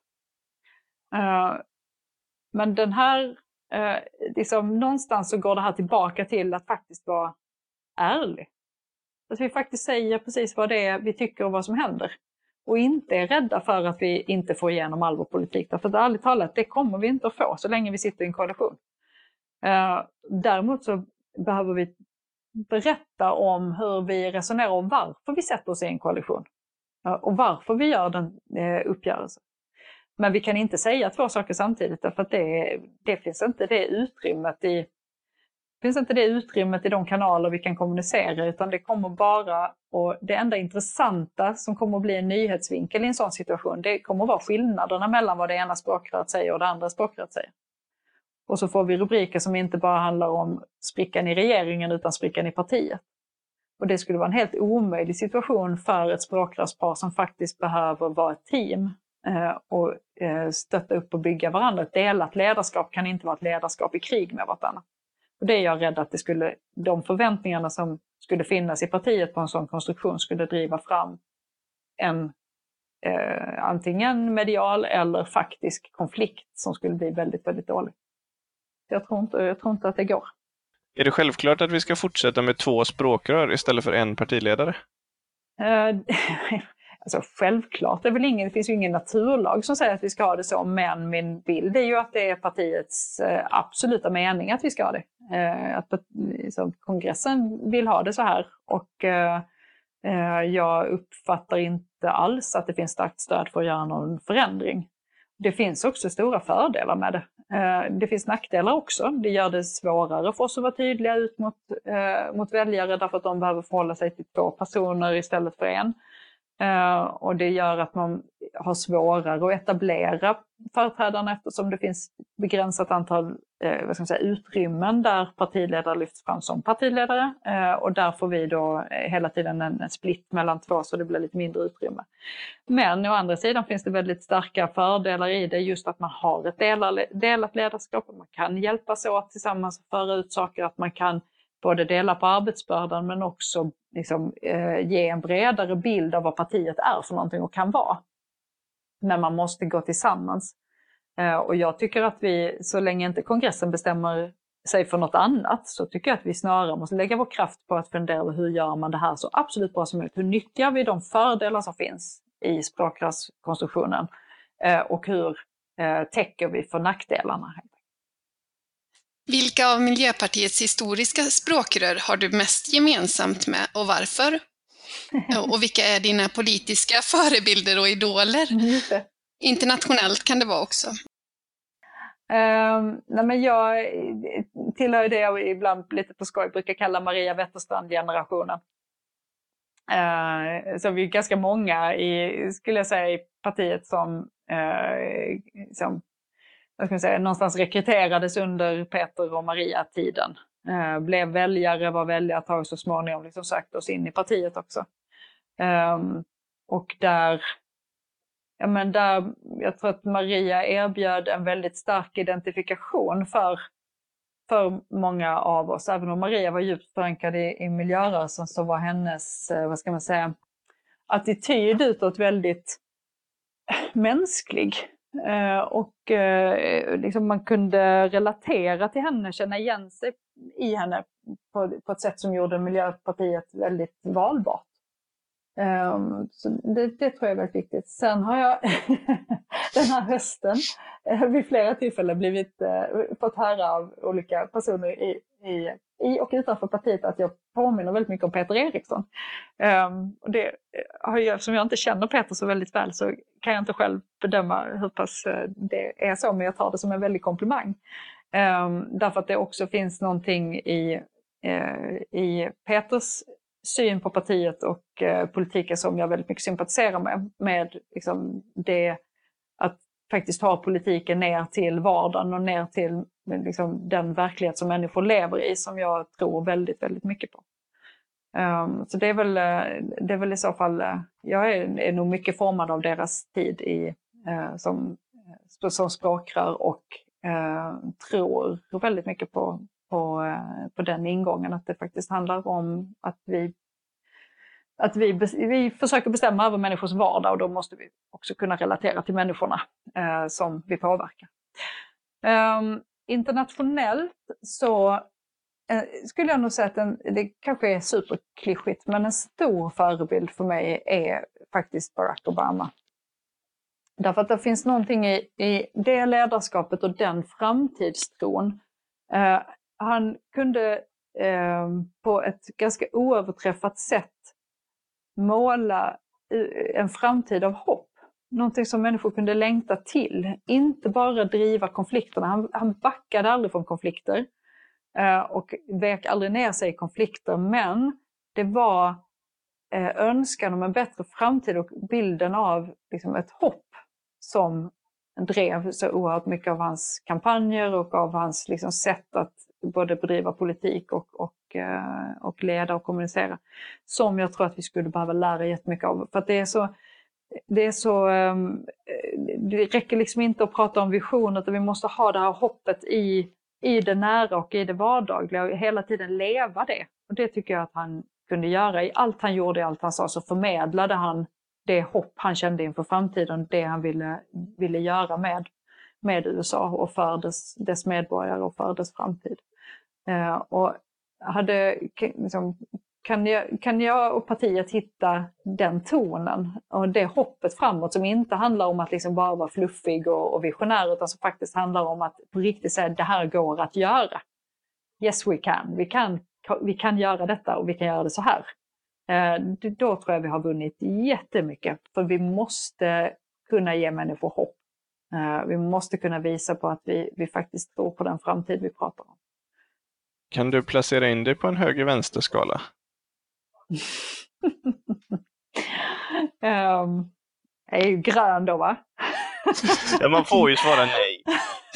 Speaker 2: Men den här, någonstans så går det här tillbaka till att faktiskt vara ärlig. Att vi faktiskt säger precis vad det är vi tycker och vad som händer. Och inte är rädda för att vi inte får igenom all vår politik. Därför att ärligt talat, det kommer vi inte att få så länge vi sitter i en koalition. Däremot så behöver vi berätta om hur vi resonerar om varför vi sätter oss i en koalition. Och varför vi gör den uppgörelsen. Men vi kan inte säga två saker samtidigt, därför att det finns inte det utrymmet i de kanaler vi kan kommunicera, utan det kommer bara, och det enda intressanta som kommer att bli en nyhetsvinkel i en sån situation, det kommer att vara skillnaderna mellan vad det ena språkröret säger och det andra språkröret säger. Och så får vi rubriker som inte bara handlar om sprickan i regeringen utan sprickan i partiet. Och det skulle vara en helt omöjlig situation för ett språkrörspar som faktiskt behöver vara ett team och stötta upp och bygga varandra. Ett delat ledarskap kan inte vara ett ledarskap i krig med varandra. Och det är jag rädd att de förväntningarna som skulle finnas i partiet på en sån konstruktion skulle driva fram en antingen medial eller faktisk konflikt som skulle bli väldigt, väldigt dålig. Jag tror inte att det går.
Speaker 1: Är det självklart att vi ska fortsätta med 2 språkrör istället för en partiledare?
Speaker 2: alltså självklart, det finns ju ingen naturlag som säger att vi ska ha det så, men min bild är ju att det är partiets absoluta mening att vi ska ha det. Att kongressen vill ha det så här, och jag uppfattar inte alls att det finns starkt stöd för att göra någon förändring. Det finns också stora fördelar med det. Det finns nackdelar också. Det gör det svårare för oss att vara tydliga ut mot väljare, därför att de behöver förhålla sig till 2 personer istället för 1. Och det gör att man har svårare att etablera företrädarna, eftersom det finns begränsat antal utrymmen där partiledare lyfts fram som partiledare. Och där får vi då hela tiden en split mellan 2, så det blir lite mindre utrymme. Men å andra sidan finns det väldigt starka fördelar i det, just att man har ett delat ledarskap. Man kan hjälpas åt tillsammans och föra ut saker, att man kan både dela på arbetsbördan men också ge en bredare bild av vad partiet är för någonting och kan vara. Men man måste gå tillsammans. Och jag tycker att vi, så länge inte kongressen bestämmer sig för något annat, så tycker jag att vi snarare måste lägga vår kraft på att fundera över hur gör man det här så absolut bra som möjligt. Hur nyttjar vi de fördelar som finns i språkrörskonstruktionen och hur täcker vi för nackdelarna?
Speaker 3: Vilka av Miljöpartiets historiska språkrör har du mest gemensamt med och varför? Och vilka är dina politiska förebilder och idoler? Internationellt kan det vara också.
Speaker 2: Jag tillhör det jag ibland lite på skoj brukar kalla Maria Wetterstrand-generationen. Så vi är ganska många skulle jag säga, i partiet som någonstans rekryterades under Peter och Maria-tiden. Blev väljare, var väljare ett tag, så småningom sökte oss in i partiet också. Och där jag tror att Maria erbjöd en väldigt stark identifikation för många av oss. Även om Maria var djupt förankrad i miljörörelsen, så var hennes, attityd utåt väldigt mänsklig. Och man kunde relatera till henne, känna igen sig i henne på ett sätt som gjorde Miljöpartiet väldigt valbart. Så det tror jag är väldigt viktigt. Sen har jag den här hösten vid flera tillfällen fått höra av olika personer i och utanför partiet att jag påminner väldigt mycket om Peter Eriksson. Och det har jag, som jag inte känner Peter så väldigt väl, så kan jag inte själv bedöma hur pass det är så, men jag tar det som en väldig komplimang. Därför att det också finns någonting i Peters syn på partiet och politiken som jag väldigt mycket sympatiserar med det att faktiskt ha politiken ner till vardagen och ner till den verklighet som människor lever i, som jag tror väldigt, väldigt mycket på. Så det är väl i så fall, jag är nog mycket formad av deras tid som språkrör, och tror väldigt mycket på den ingången, att det faktiskt handlar om att vi försöker bestämma över människors vardag, och då måste vi också kunna relatera till människorna som vi påverkar. Internationellt så skulle jag nog säga att det kanske är superklyschigt, men en stor förebild för mig är faktiskt Barack Obama. Därför att det finns någonting i det ledarskapet och den framtidstron. Han kunde på ett ganska oöverträffat sätt måla en framtid av hopp. Någonting som människor kunde längta till. Inte bara driva konflikterna. Han backade aldrig från konflikter. Och vek aldrig ner sig i konflikter. Men det var önskan om en bättre framtid och bilden av ett hopp som drev så oerhört mycket av hans kampanjer och av hans sätt att både bedriva politik och leda och kommunicera, som jag tror att vi skulle behöva lära jättemycket av. För att det räcker inte att prata om visioner, utan vi måste ha det här hoppet i det nära och i det vardagliga och hela tiden leva det. Och det tycker jag att han kunde göra. I allt han gjorde, i allt han sa, så förmedlade han det hopp han kände inför framtiden, det han ville göra med USA och för dess medborgare och för dess framtid. Och hade kan jag och partiet hitta den tonen och det hoppet framåt som inte handlar om att liksom bara vara fluffig och visionär, utan som faktiskt handlar om att på riktigt säga det här går att göra. Yes we can. Vi kan göra detta och vi kan göra det så här. Då tror jag vi har vunnit jättemycket. För vi måste kunna ge människor hopp. Vi måste kunna visa på att vi faktiskt tror på den framtid vi pratar om.
Speaker 1: Kan du placera in dig på en höger-vänster-skala?
Speaker 2: Jag är ju grön då, va?
Speaker 1: Ja, man får ju svara nej.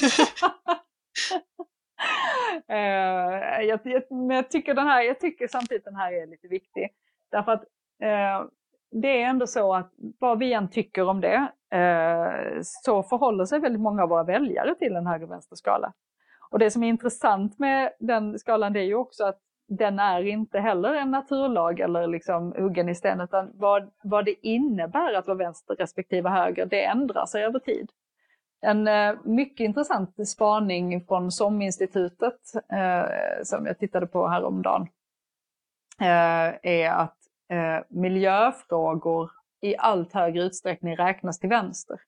Speaker 2: Men jag tycker samtidigt den här är lite viktig. Därför att det är ändå så att vad vi än tycker om det så förhåller sig väldigt många av våra väljare till en höger-vänster-skala. Och det som är intressant med den skalan, det är ju också att den är inte heller en naturlag eller liksom huggen i sten, utan vad det innebär att vara vänster respektive höger, det ändrar sig över tid. En mycket intressant spaning från SOM-institutet som jag tittade på häromdagen är att miljöfrågor i allt högre utsträckning räknas till vänster.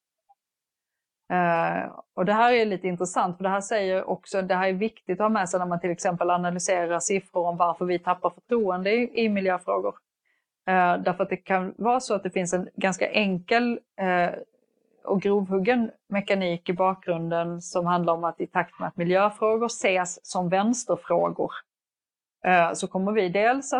Speaker 2: Och det här är lite intressant, för det här säger också, det här är viktigt att ha med sig när man till exempel analyserar siffror om varför vi tappar förtroende i miljöfrågor. Därför att det kan vara så att det finns en ganska enkel och grovhuggen mekanik i bakgrunden som handlar om att i takt med att miljöfrågor ses som vänsterfrågor så kommer vi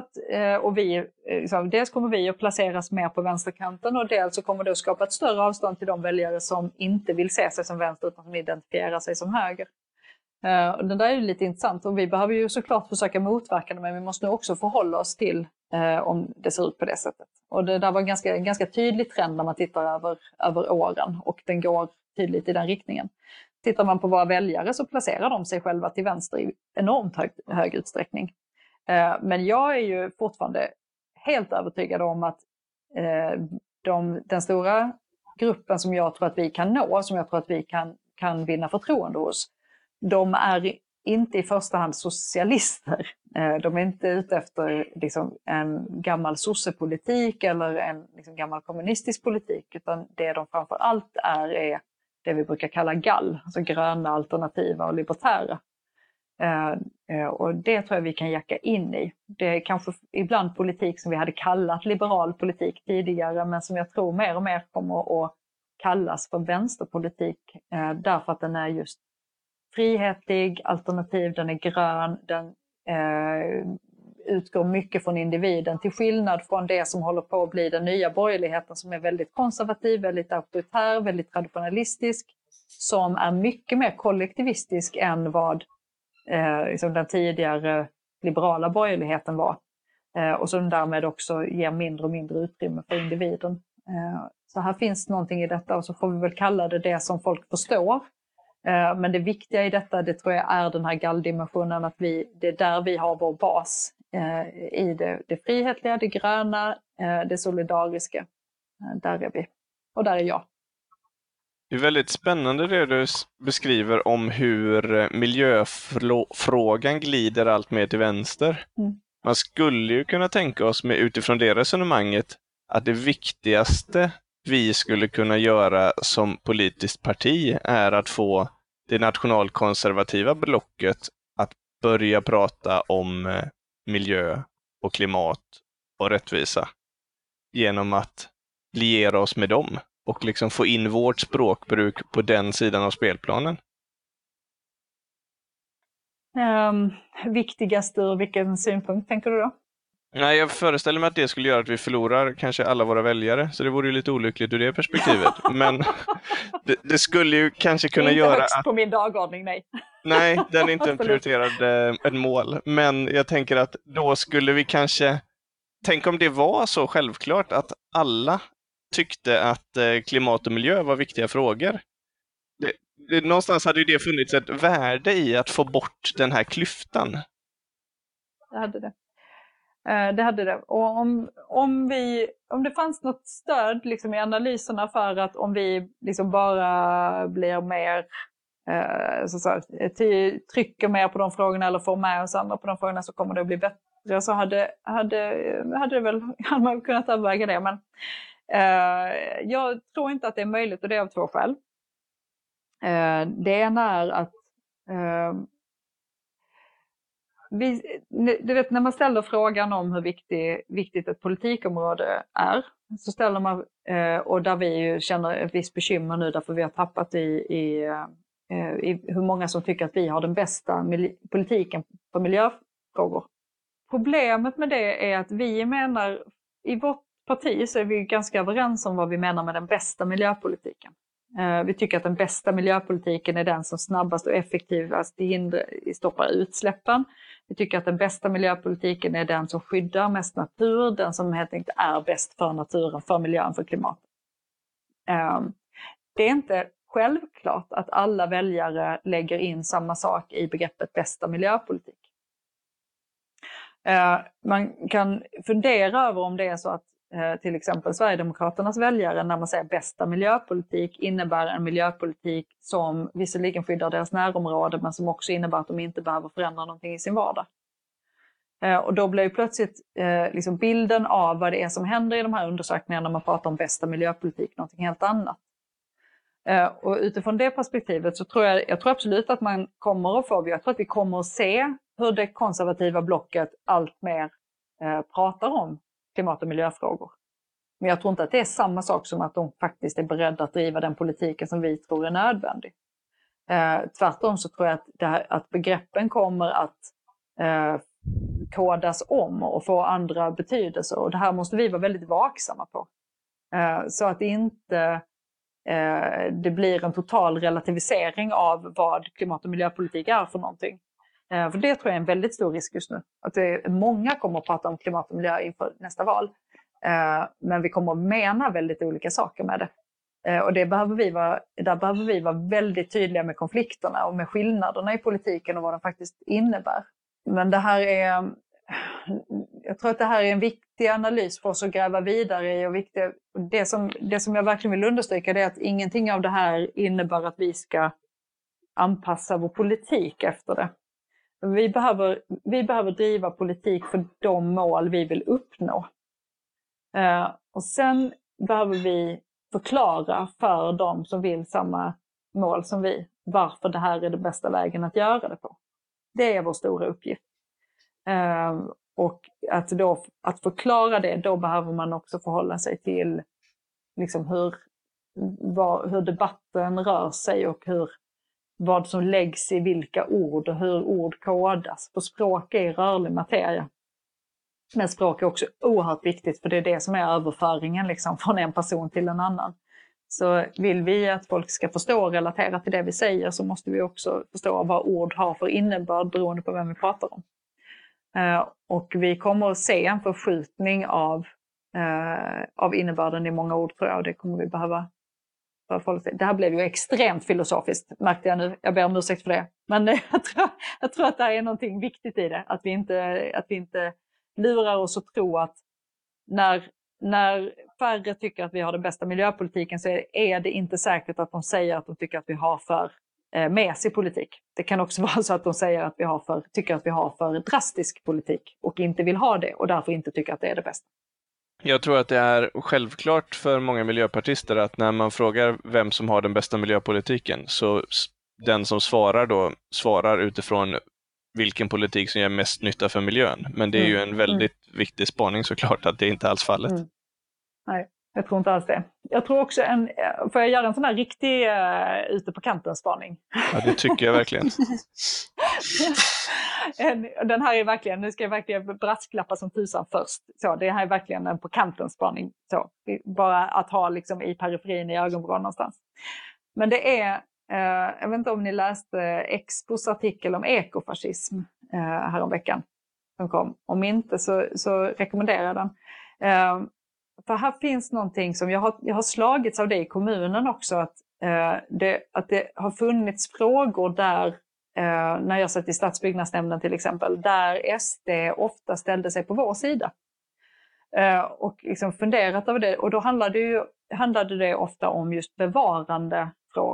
Speaker 2: dels kommer vi att placeras mer på vänsterkanten, och dels så kommer det att skapa ett större avstånd till de väljare som inte vill se sig som vänster utan som identifierar sig som höger. Och det där är ju lite intressant, och vi behöver ju såklart försöka motverka det, men vi måste också förhålla oss till om det ser ut på det sättet. Och det där var en ganska tydlig trend när man tittar över åren, och den går tydligt i den riktningen. Tittar man på våra väljare så placerar de sig själva till vänster i enormt hög utsträckning. Men jag är ju fortfarande helt övertygad om att den stora gruppen som jag tror att vi kan nå, som jag tror att vi kan vinna förtroende hos, de är inte i första hand socialister. De är inte ute efter liksom en gammal sossepolitik eller en liksom gammal kommunistisk politik, utan det de framför allt är det vi brukar kalla gall, alltså gröna, alternativa och libertära. Och det tror jag vi kan jacka in i. Det är kanske ibland politik som vi hade kallat liberal politik tidigare, men som jag tror mer och mer kommer att kallas för vänsterpolitik, därför att den är just frihetlig, alternativ, den är grön, den utgår mycket från individen, till skillnad från det som håller på att bli den nya borgerligheten, som är väldigt konservativ, väldigt auktoritär, väldigt traditionalistisk, som är mycket mer kollektivistisk än vad liksom den tidigare liberala borgerligheten var, och som därmed också ger mindre och mindre utrymme för individen. Så här finns någonting i detta, och så får vi väl kalla det som folk förstår. Men det viktiga i detta, det tror jag är den här galldimensionen, att det är där vi har vår bas, i det frihetliga, det gröna, det solidariska. Där är vi, och där är jag.
Speaker 1: Det är väldigt spännande det du beskriver om hur miljöfrågan glider allt mer till vänster. Man skulle ju kunna tänka oss utifrån det resonemanget att det viktigaste vi skulle kunna göra som politiskt parti är att få det nationalkonservativa blocket att börja prata om miljö och klimat och rättvisa genom att liera oss med dem och liksom få in vårt språkbruk på den sidan av spelplanen.
Speaker 2: Viktigast ur vilken synpunkt tänker du då?
Speaker 1: Nej, jag föreställer mig att det skulle göra att vi förlorar kanske alla våra väljare, så det vore ju lite olyckligt ur det perspektivet. Men det skulle ju kanske kunna göra att...
Speaker 2: Inte högst på min dagordning, nej.
Speaker 1: Nej, den är inte en prioriterad ett mål. Men jag tänker att då skulle vi kanske... Tänk om det var så självklart att alla tyckte att klimat och miljö var viktiga frågor. Någonstans hade ju det funnits ett värde i att få bort den här klyftan.
Speaker 2: Det hade det. Det hade det. Och om det fanns något stöd liksom i analyserna för att om vi liksom bara blir mer trycker mer på de frågorna eller får med oss andra på de frågorna, så kommer det att bli så hade man kunnat överväga det. Men jag tror inte att det är möjligt, och det är av 2 skäl. Det ena är att du vet, när man ställer frågan om hur viktigt ett politikområde är, så ställer man, och där vi ju känner ett visst bekymmer nu därför vi har tappat i hur många som tycker att vi har den bästa politiken för miljöfrågor. Problemet med det är att vi menar, i vårt parti så är vi ganska överens om vad vi menar med den bästa miljöpolitiken. Vi tycker att den bästa miljöpolitiken är den som snabbast och effektivast stoppar utsläppen. Vi tycker att den bästa miljöpolitiken är den som skyddar mest natur, den som helt enkelt är bäst för naturen, för miljön, för klimatet. Det är inte självklart att alla väljare lägger in samma sak i begreppet bästa miljöpolitik. Man kan fundera över om det är så att till exempel Sverigedemokraternas väljare, när man säger bästa miljöpolitik, innebär en miljöpolitik som visserligen skyddar deras närområde, men som också innebär att de inte behöver förändra någonting i sin vardag. Och då blir ju plötsligt liksom bilden av vad det är som händer i de här undersökningarna när man pratar om bästa miljöpolitik någonting helt annat. Och utifrån det perspektivet så tror jag tror absolut att man kommer att jag tror att vi kommer att se hur det konservativa blocket allt mer pratar om klimat- och miljöfrågor. Men jag tror inte att det är samma sak som att de faktiskt är beredda att driva den politiken som vi tror är nödvändig. Tvärtom så tror jag att begreppen kommer att kodas om och få andra betydelser. Och det här måste vi vara väldigt vaksamma på. Så att inte det blir en total relativisering av vad klimat- och miljöpolitik är för någonting. För det tror jag är en väldigt stor risk just nu. Att många kommer att prata om klimat och miljö inför nästa val. Men vi kommer att mena väldigt olika saker med det. Och där behöver vi vara väldigt tydliga med konflikterna och med skillnaderna i politiken och vad de faktiskt innebär. Men jag tror att det här är en viktig analys för oss att gräva vidare i. Och det som jag verkligen vill understryka är att ingenting av det här innebär att vi ska anpassa vår politik efter det. Vi behöver driva politik för de mål vi vill uppnå. Och sen behöver vi förklara för de som vill samma mål som vi varför det här är den bästa vägen att göra det på. Det är vår stora uppgift. Och att förklara det, då behöver man också förhålla sig till liksom hur debatten rör sig och vad som läggs i vilka ord och hur ord kodas. För språk är rörlig materia. Men språk är också oerhört viktigt, för det är det som är överföringen liksom, från en person till en annan. Så vill vi att folk ska förstå och relatera till det vi säger, så måste vi också förstå vad ord har för innebörd beroende på vem vi pratar om. Och vi kommer att se en förskjutning av innebörden i många ord, tror jag. Och det kommer vi behöva. Det här blev ju extremt filosofiskt, märkte jag nu. Jag ber om ursäkt för det. Men jag tror att det här är någonting viktigt i det. Att vi inte lurar oss och tror att när färre tycker att vi har den bästa miljöpolitiken, så är det inte säkert att de säger att de tycker att vi har för mesig politik. Det kan också vara så att de säger att tycker att vi har för drastisk politik och inte vill ha det och därför inte tycker att det är det bästa.
Speaker 1: Jag tror att det är självklart för många miljöpartister att när man frågar vem som har den bästa miljöpolitiken, så den som svarar utifrån vilken politik som ger mest nytta för miljön. Men det är ju en väldigt viktig spaning såklart att det inte alls fallet.
Speaker 2: Nej, jag tror inte alls det. Jag tror också får jag göra en sån här riktig ute på kanten spaning?
Speaker 1: Ja, det tycker jag verkligen.
Speaker 2: Den här är verkligen, nu ska jag verkligen brasklappa som tusan först. Så, det här är verkligen en på kanten spaning. Så, bara att ha liksom i periferin i ögonvrån någonstans. Men det är, jag vet inte om ni läste Expos artikel om ekofascism häromveckan som kom. Om inte så rekommenderar jag den. För här finns någonting som jag har slagits av det i kommunen också, att det har funnits frågor där, när jag satt i stadsbyggnadsnämnden till exempel, där SD ofta ställde sig på vår sida. Och liksom funderat över det. Och då handlade det ofta om just bevarande frågor.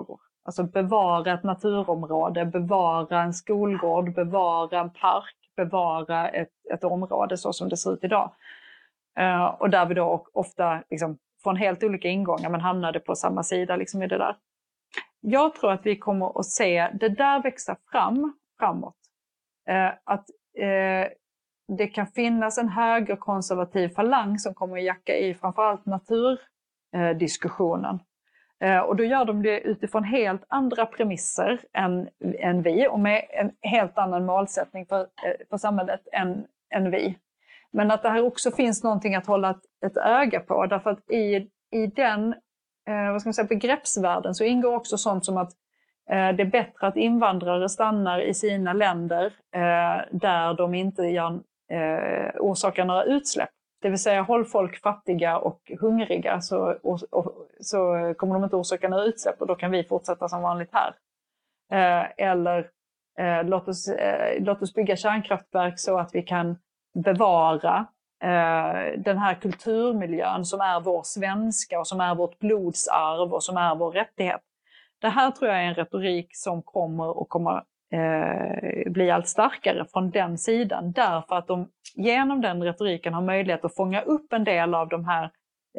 Speaker 2: Alltså bevara ett naturområde, bevara en skolgård, bevara en park, bevara ett område så som det ser ut idag. Och där vi då ofta liksom, från helt olika ingångar men hamnade på samma sida liksom, i det där. Jag tror att vi kommer att se det där växa framåt. Att det kan finnas en högerkonservativ falang som kommer att jacka i framförallt naturdiskussionen. Och då gör de det utifrån helt andra premisser än vi och med en helt annan målsättning för samhället än vi. Men att det här också finns någonting att hålla ett öga på, därför att i den begreppsvärlden så ingår också sånt som att det är bättre att invandrare stannar i sina länder där de inte orsakar några utsläpp. Det vill säga håll folk fattiga och hungriga så kommer de inte orsaka några utsläpp och då kan vi fortsätta som vanligt här. Eller låt oss bygga kärnkraftverk så att vi kan bevara den här kulturmiljön som är vår svenska och som är vårt blodsarv och som är vår rättighet. Det här tror jag är en retorik som kommer bli allt starkare från den sidan, därför att de genom den retoriken har möjlighet att fånga upp en del av de här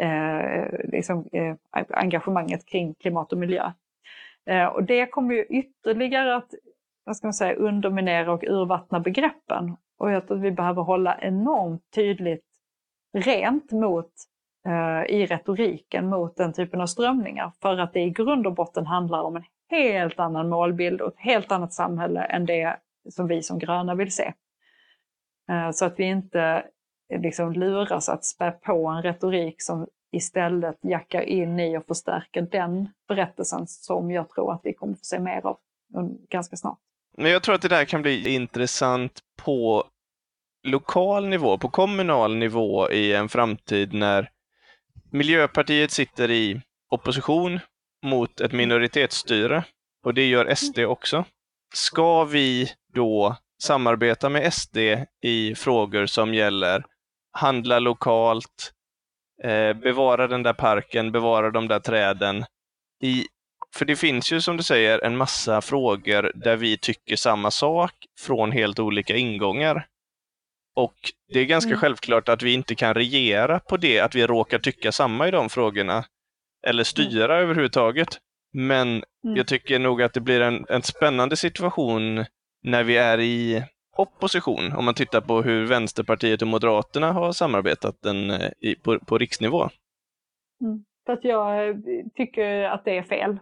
Speaker 2: engagemanget kring klimat och miljö. Och det kommer ju ytterligare att underminera och urvattna begreppen. Och jag tror att vi behöver hålla enormt tydligt rent i retoriken mot den typen av strömningar. För att det i grund och botten handlar om en helt annan målbild och ett helt annat samhälle än det som vi som gröna vill se. Så att vi inte liksom luras att spä på en retorik som istället jackar in i och förstärker den berättelsen som jag tror att vi kommer få se mer av ganska snart.
Speaker 1: Men jag tror att det där kan bli intressant på lokal nivå, på kommunal nivå i en framtid när Miljöpartiet sitter i opposition mot ett minoritetsstyre och det gör SD också. Ska vi då samarbeta med SD i frågor som gäller handla lokalt, bevara den där parken, bevara de där träden? För det finns ju som du säger en massa frågor där vi tycker samma sak från helt olika ingångar. Och det är ganska självklart att vi inte kan regera på det, att vi råkar tycka samma i de frågorna eller styra överhuvudtaget. Men jag tycker nog att det blir en spännande situation när vi är i opposition, om man tittar på hur Vänsterpartiet och Moderaterna har samarbetat på riksnivå.
Speaker 2: För att jag tycker att det är fel.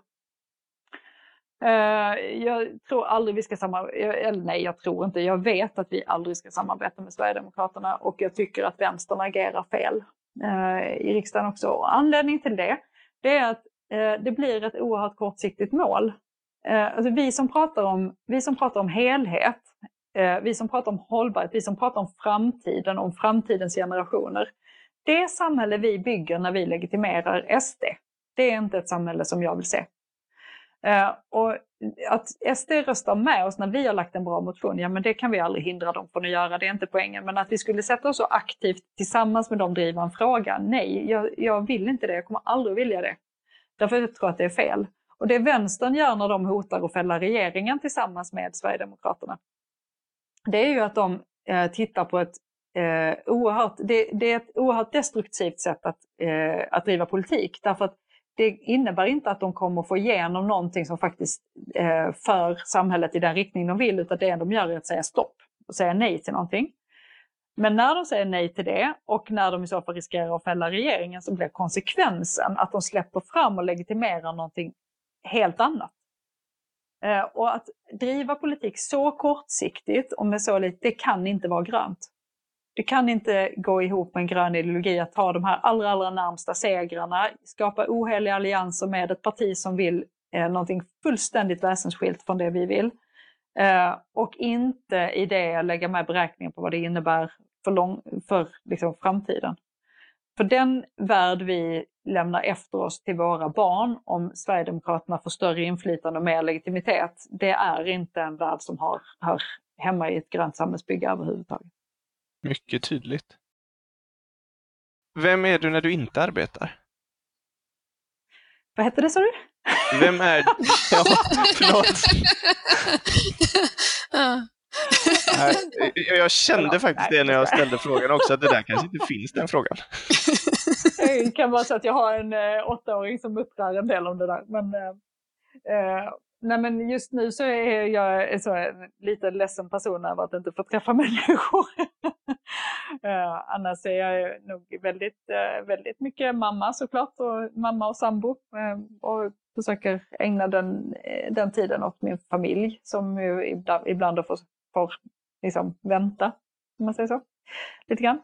Speaker 2: Jag tror aldrig vi ska samarbeta, jag vet att vi aldrig ska samarbeta med Sverigedemokraterna och jag tycker att vänstern agerar fel i riksdagen också. Och anledningen till det är att det blir ett oerhört kortsiktigt mål. Alltså vi som pratar om helhet, vi som pratar om hållbarhet, vi som pratar om framtiden, om framtidens generationer. Det samhälle vi bygger när vi legitimerar SD, det är inte ett samhälle som jag vill se. Och att SD röstar med oss när vi har lagt en bra motion, ja men det kan vi aldrig hindra dem från att göra, det är inte poängen. Men att vi skulle sätta oss så aktivt tillsammans med dem driva en fråga, nej, jag vill inte det, jag kommer aldrig vilja det. Därför jag tror att det är fel. Och det vänstern gör när de hotar att fälla regeringen tillsammans med Sverigedemokraterna, det är ju att de tittar på det är ett oerhört destruktivt sätt att driva politik. Därför att det innebär inte att de kommer få igenom någonting som faktiskt för samhället i den riktning de vill, utan det de gör är att säga stopp och säga nej till någonting. Men när de säger nej till det och när de i så fall riskerar att fälla regeringen, så blir konsekvensen att de släpper fram och legitimerar någonting helt annat. Och att driva politik så kortsiktigt och med så lite, det kan inte vara grönt. Det kan inte gå ihop med en grön ideologi att ta de här allra närmsta segrarna, skapa oheliga allianser med ett parti som vill någonting fullständigt väsensskilt från det vi vill. Och inte i det lägga med beräkningen på vad det innebär för liksom framtiden. För den värld vi lämnar efter oss till våra barn, om Sverigedemokraterna får större inflytande och mer legitimitet, det är inte en värld som hör hemma i ett grönt samhällsbygge överhuvudtaget.
Speaker 1: Mycket tydligt. Vem är du när du inte arbetar?
Speaker 2: Vad heter det, sa du?
Speaker 1: Vem är... Ja, förlåt. Jag kände faktiskt det när jag ställde frågan också, att det där kanske inte finns, den frågan.
Speaker 2: Det kan vara så att jag har en 8-åring som muttrar en del om det där. Men just nu så är jag en lite ledsen person över att inte få träffa människor. Annars är jag nog väldigt mycket mamma såklart, och mamma och sambo. Och försöker ägna den tiden åt min familj, som ju ibland får liksom vänta, om man säger så, lite grann.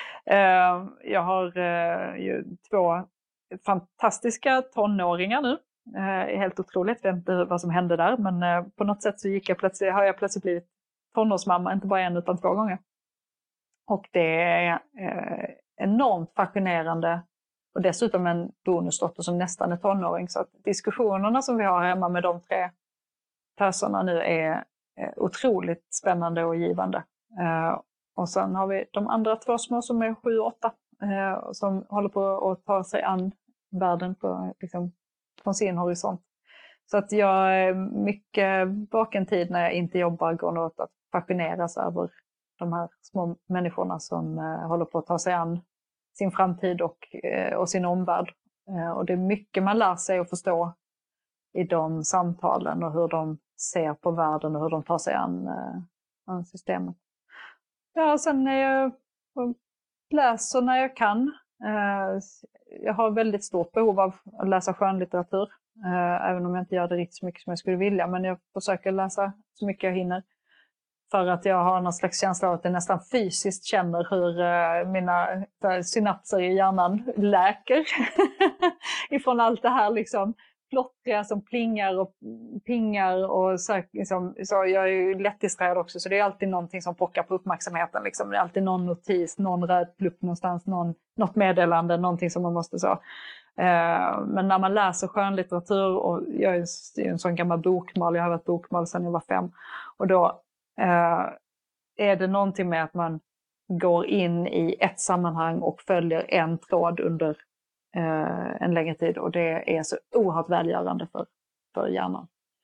Speaker 2: Jag har ju 2 fantastiska tonåringar nu. Helt otroligt, jag vet inte vad som hände där, men på något sätt så har jag plötsligt blivit tonårsmamma, inte bara 1 utan 2 gånger. Och det är enormt fascinerande, och dessutom en bonusdotter som nästan är tonåring, så att diskussionerna som vi har hemma med de 3 töserna nu är otroligt spännande och givande. Och sen har vi de andra 2 små som är 7 och 8, som håller på att ta sig an världen på, liksom, från sin horisont. Så att jag är mycket baken tid när jag inte jobbar, går åt att fascineras över de här små människorna som håller på att ta sig an sin framtid och sin omvärld. Och det är mycket man lär sig att förstå i de samtalen, och hur de ser på världen och hur de tar sig an systemet. Ja, sen när jag läser när jag kan. Jag har väldigt stort behov av att läsa skönlitteratur, även om jag inte gör det riktigt så mycket som jag skulle vilja, men jag försöker läsa så mycket jag hinner. För att jag har någon slags känsla av att jag nästan fysiskt känner hur mina synapser i hjärnan läker ifrån allt det här liksom plottriga som plingar och pingar, och så, liksom, så jag är ju lättdistraherad också, så det är alltid någonting som pockar på uppmärksamheten liksom. Det är alltid någon notis, någon röd plupp någonstans, något meddelande, någonting som man måste så. Men när man läser skönlitteratur, och jag är en sån gammal bokmal, jag har varit bokmal sedan jag var 5, och då är det någonting med att man går in i ett sammanhang och följer en tråd under en längre tid, och det är så oerhört välgörande för hjärnan.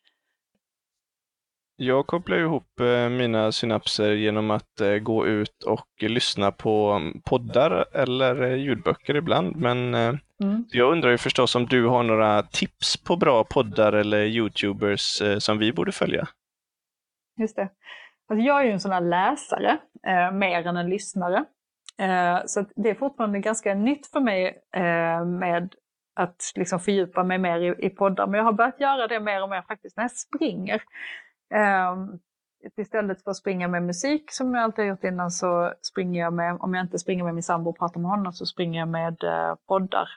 Speaker 1: Jag kopplar ihop mina synapser genom att gå ut och lyssna på poddar eller ljudböcker ibland, men jag undrar ju förstås om du har några tips på bra poddar eller YouTubers som vi borde följa.
Speaker 2: Just det. Alltså jag är ju en sån här läsare, mer än en lyssnare. Så det är fortfarande ganska nytt för mig med att liksom fördjupa mig mer i poddar. Men jag har börjat göra det mer och mer faktiskt när jag springer. Istället för att springa med musik som jag alltid har gjort innan, så springer jag med, om jag inte springer med min sambo och pratar med honom, så springer jag med poddar.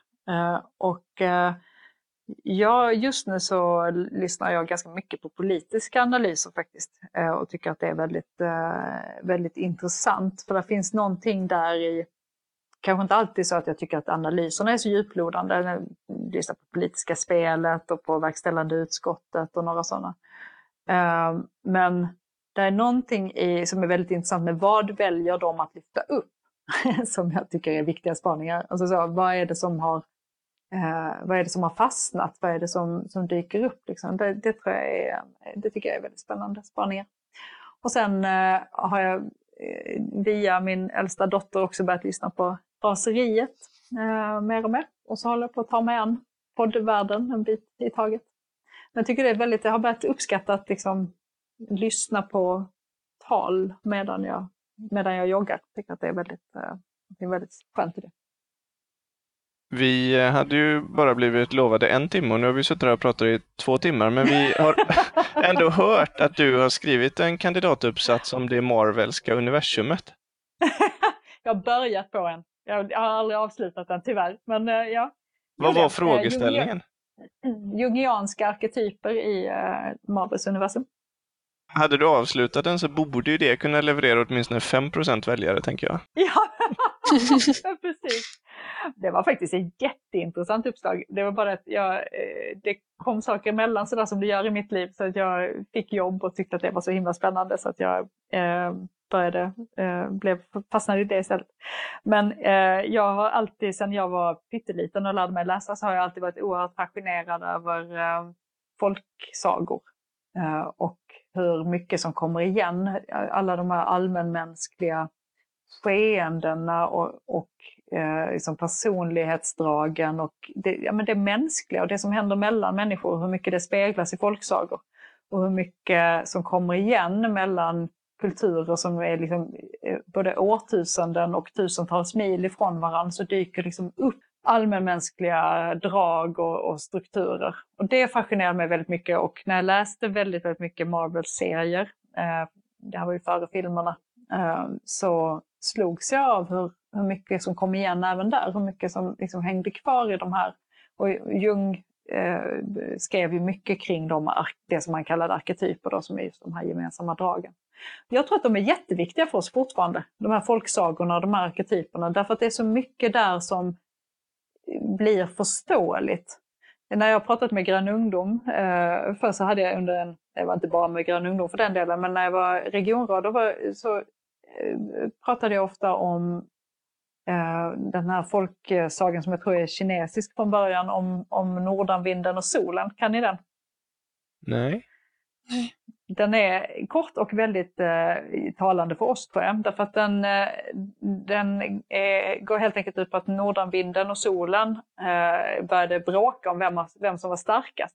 Speaker 2: Just nu så lyssnar jag ganska mycket på politiska analyser faktiskt, och tycker att det är väldigt, väldigt intressant, för det finns någonting där i, kanske inte alltid så att jag tycker att analyserna är så djuplodande, jag lyssnar på politiska spelet och på verkställande utskottet och några sådana, men det är någonting som är väldigt intressant med vad väljer de att lyfta upp som jag tycker är viktiga spaningar. Alltså så, vad är det som har fastnat? Vad är det som dyker upp? Liksom? Det tror jag det tycker jag är väldigt spännande spaningar. Och sen har jag via min äldsta dotter också börjat lyssna på raseriet mer och mer. Och så håller jag på att ta mig an poddvärlden en bit i taget. Men jag tycker det är väldigt, jag har börjat uppskatta att liksom lyssna på tal medan jag joggar. Jag tycker att det är väldigt skönt i det.
Speaker 1: Vi hade ju bara blivit lovade 1 timme, och nu har vi suttit här och pratat i 2 timmar, men vi har ändå hört att du har skrivit en kandidatuppsats om det Marvelska universumet.
Speaker 2: Jag har börjat på en. Jag har aldrig avslutat den tyvärr, men ja.
Speaker 1: Vad var frågeställningen?
Speaker 2: Jungianska arketyper i Marvels universum.
Speaker 1: Hade du avslutat den så borde ju det kunna leverera åtminstone 5% väljare, tänker jag.
Speaker 2: Ja, precis. Det var faktiskt ett jätteintressant uppslag. Det var bara att det kom saker emellan sådär som det gör i mitt liv. Så att jag fick jobb och tyckte att det var så himla spännande så att jag fastnade i det istället. Men jag har alltid, sedan jag var pytteliten och lärde mig läsa, så har jag alltid varit oerhört fascinerad över folksagor. Och hur mycket som kommer igen. Alla de här allmänmänskliga skeendena och liksom personlighetsdragen och det mänskliga och det som händer mellan människor, hur mycket det speglas i folksagor och hur mycket som kommer igen mellan kulturer som är liksom både årtusenden och tusentals mil ifrån varandra, så dyker liksom upp allmänmänskliga drag och strukturer. Och det fascinerar mig väldigt mycket, och när jag läste väldigt, väldigt mycket Marvel-serier, det här var ju före filmerna, så slogs jag av hur mycket som kom igen även där, hur mycket som liksom hängde kvar i de här. Och Jung skrev ju mycket kring det som man kallade arketyper då, som är just de här gemensamma dragen. Jag tror att de är jätteviktiga för oss fortfarande, de här folksagorna, de här arketyperna, därför att det är så mycket där som blir förståeligt. När jag pratat med Grön ungdom, först så hade jag det var inte bara med Grön ungdom för den delen, men när jag var regionråd så pratade jag ofta om den här folksagan som jag tror är kinesisk från början, om nordanvinden och solen. Kan ni den?
Speaker 1: Nej.
Speaker 2: Den är kort och väldigt talande för oss, tror jag. Därför att den går helt enkelt ut på att nordanvinden och solen började bråka om vem som var starkast.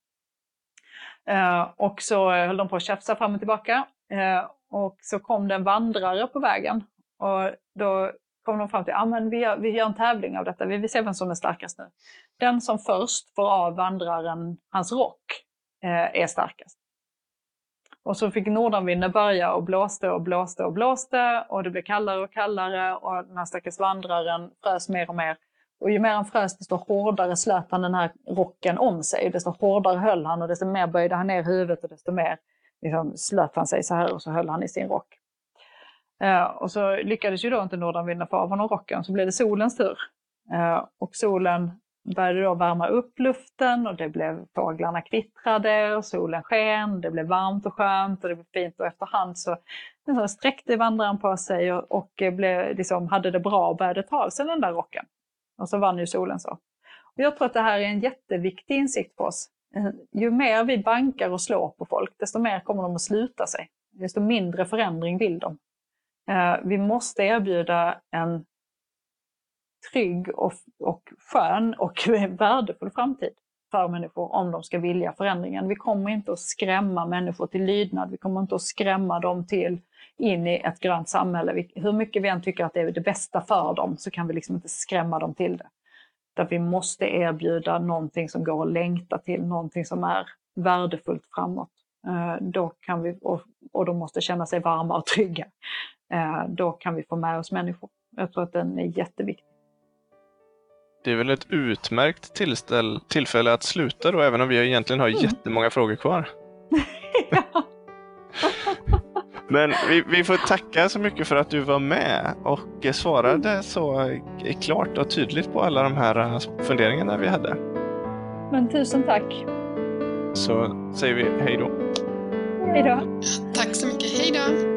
Speaker 2: Och så höll de på att tjafsa fram och tillbaka. Och så kom det en vandrare på vägen. Och då kom de fram till att vi gör en tävling av detta. Vi vill se vem som är starkast nu. Den som först får av vandraren hans rock är starkast. Och så fick nordanvinden börja och blåste och blåste och blåste. Och det blev kallare och kallare. Och den här stackars vandraren frös mer och mer. Och ju mer han frös, desto hårdare slöt han den här rocken om sig. Desto hårdare höll han, och desto mer böjde han ner huvudet, och desto mer liksom slöt han sig så här, och så höll han i sin rock. Och så lyckades ju då inte nordanvinden få av honom rocken, så blev det solens tur. Och solen började då värma upp luften, och det blev fåglarna kvittrade och solen sken, det blev varmt och skönt och det blev fint, och efterhand så sträckte vandraren på sig och blev, liksom, hade det bra och började ta av sig den där rocken. Och så vann ju solen så. Och jag tror att det här är en jätteviktig insikt för oss. Ju mer vi bankar och slår på folk, desto mer kommer de att sluta sig. Desto mindre förändring vill de. Vi måste erbjuda en trygg och skön och värdefull framtid för människor om de ska vilja förändringen. Vi kommer inte att skrämma människor till lydnad. Vi kommer inte att skrämma dem in i ett grönt samhälle. Hur mycket vi än tycker att det är det bästa för dem, så kan vi liksom inte skrämma dem till det. Där vi måste erbjuda någonting som går att längta till, någonting som är värdefullt framåt. Då kan vi, och de måste känna sig varma och trygga. Då kan vi få med oss människor. Jag tror att den är jätteviktig.
Speaker 1: Det är väl ett utmärkt tillfälle att sluta då, även om vi egentligen har jättemånga frågor kvar.
Speaker 2: Ja.
Speaker 1: Men vi får tacka så mycket för att du var med och svarade så klart och tydligt på alla de här funderingarna vi hade.
Speaker 2: Men tusen tack.
Speaker 1: Så säger vi hej då.
Speaker 2: Hej då.
Speaker 3: Tack så mycket, hej då.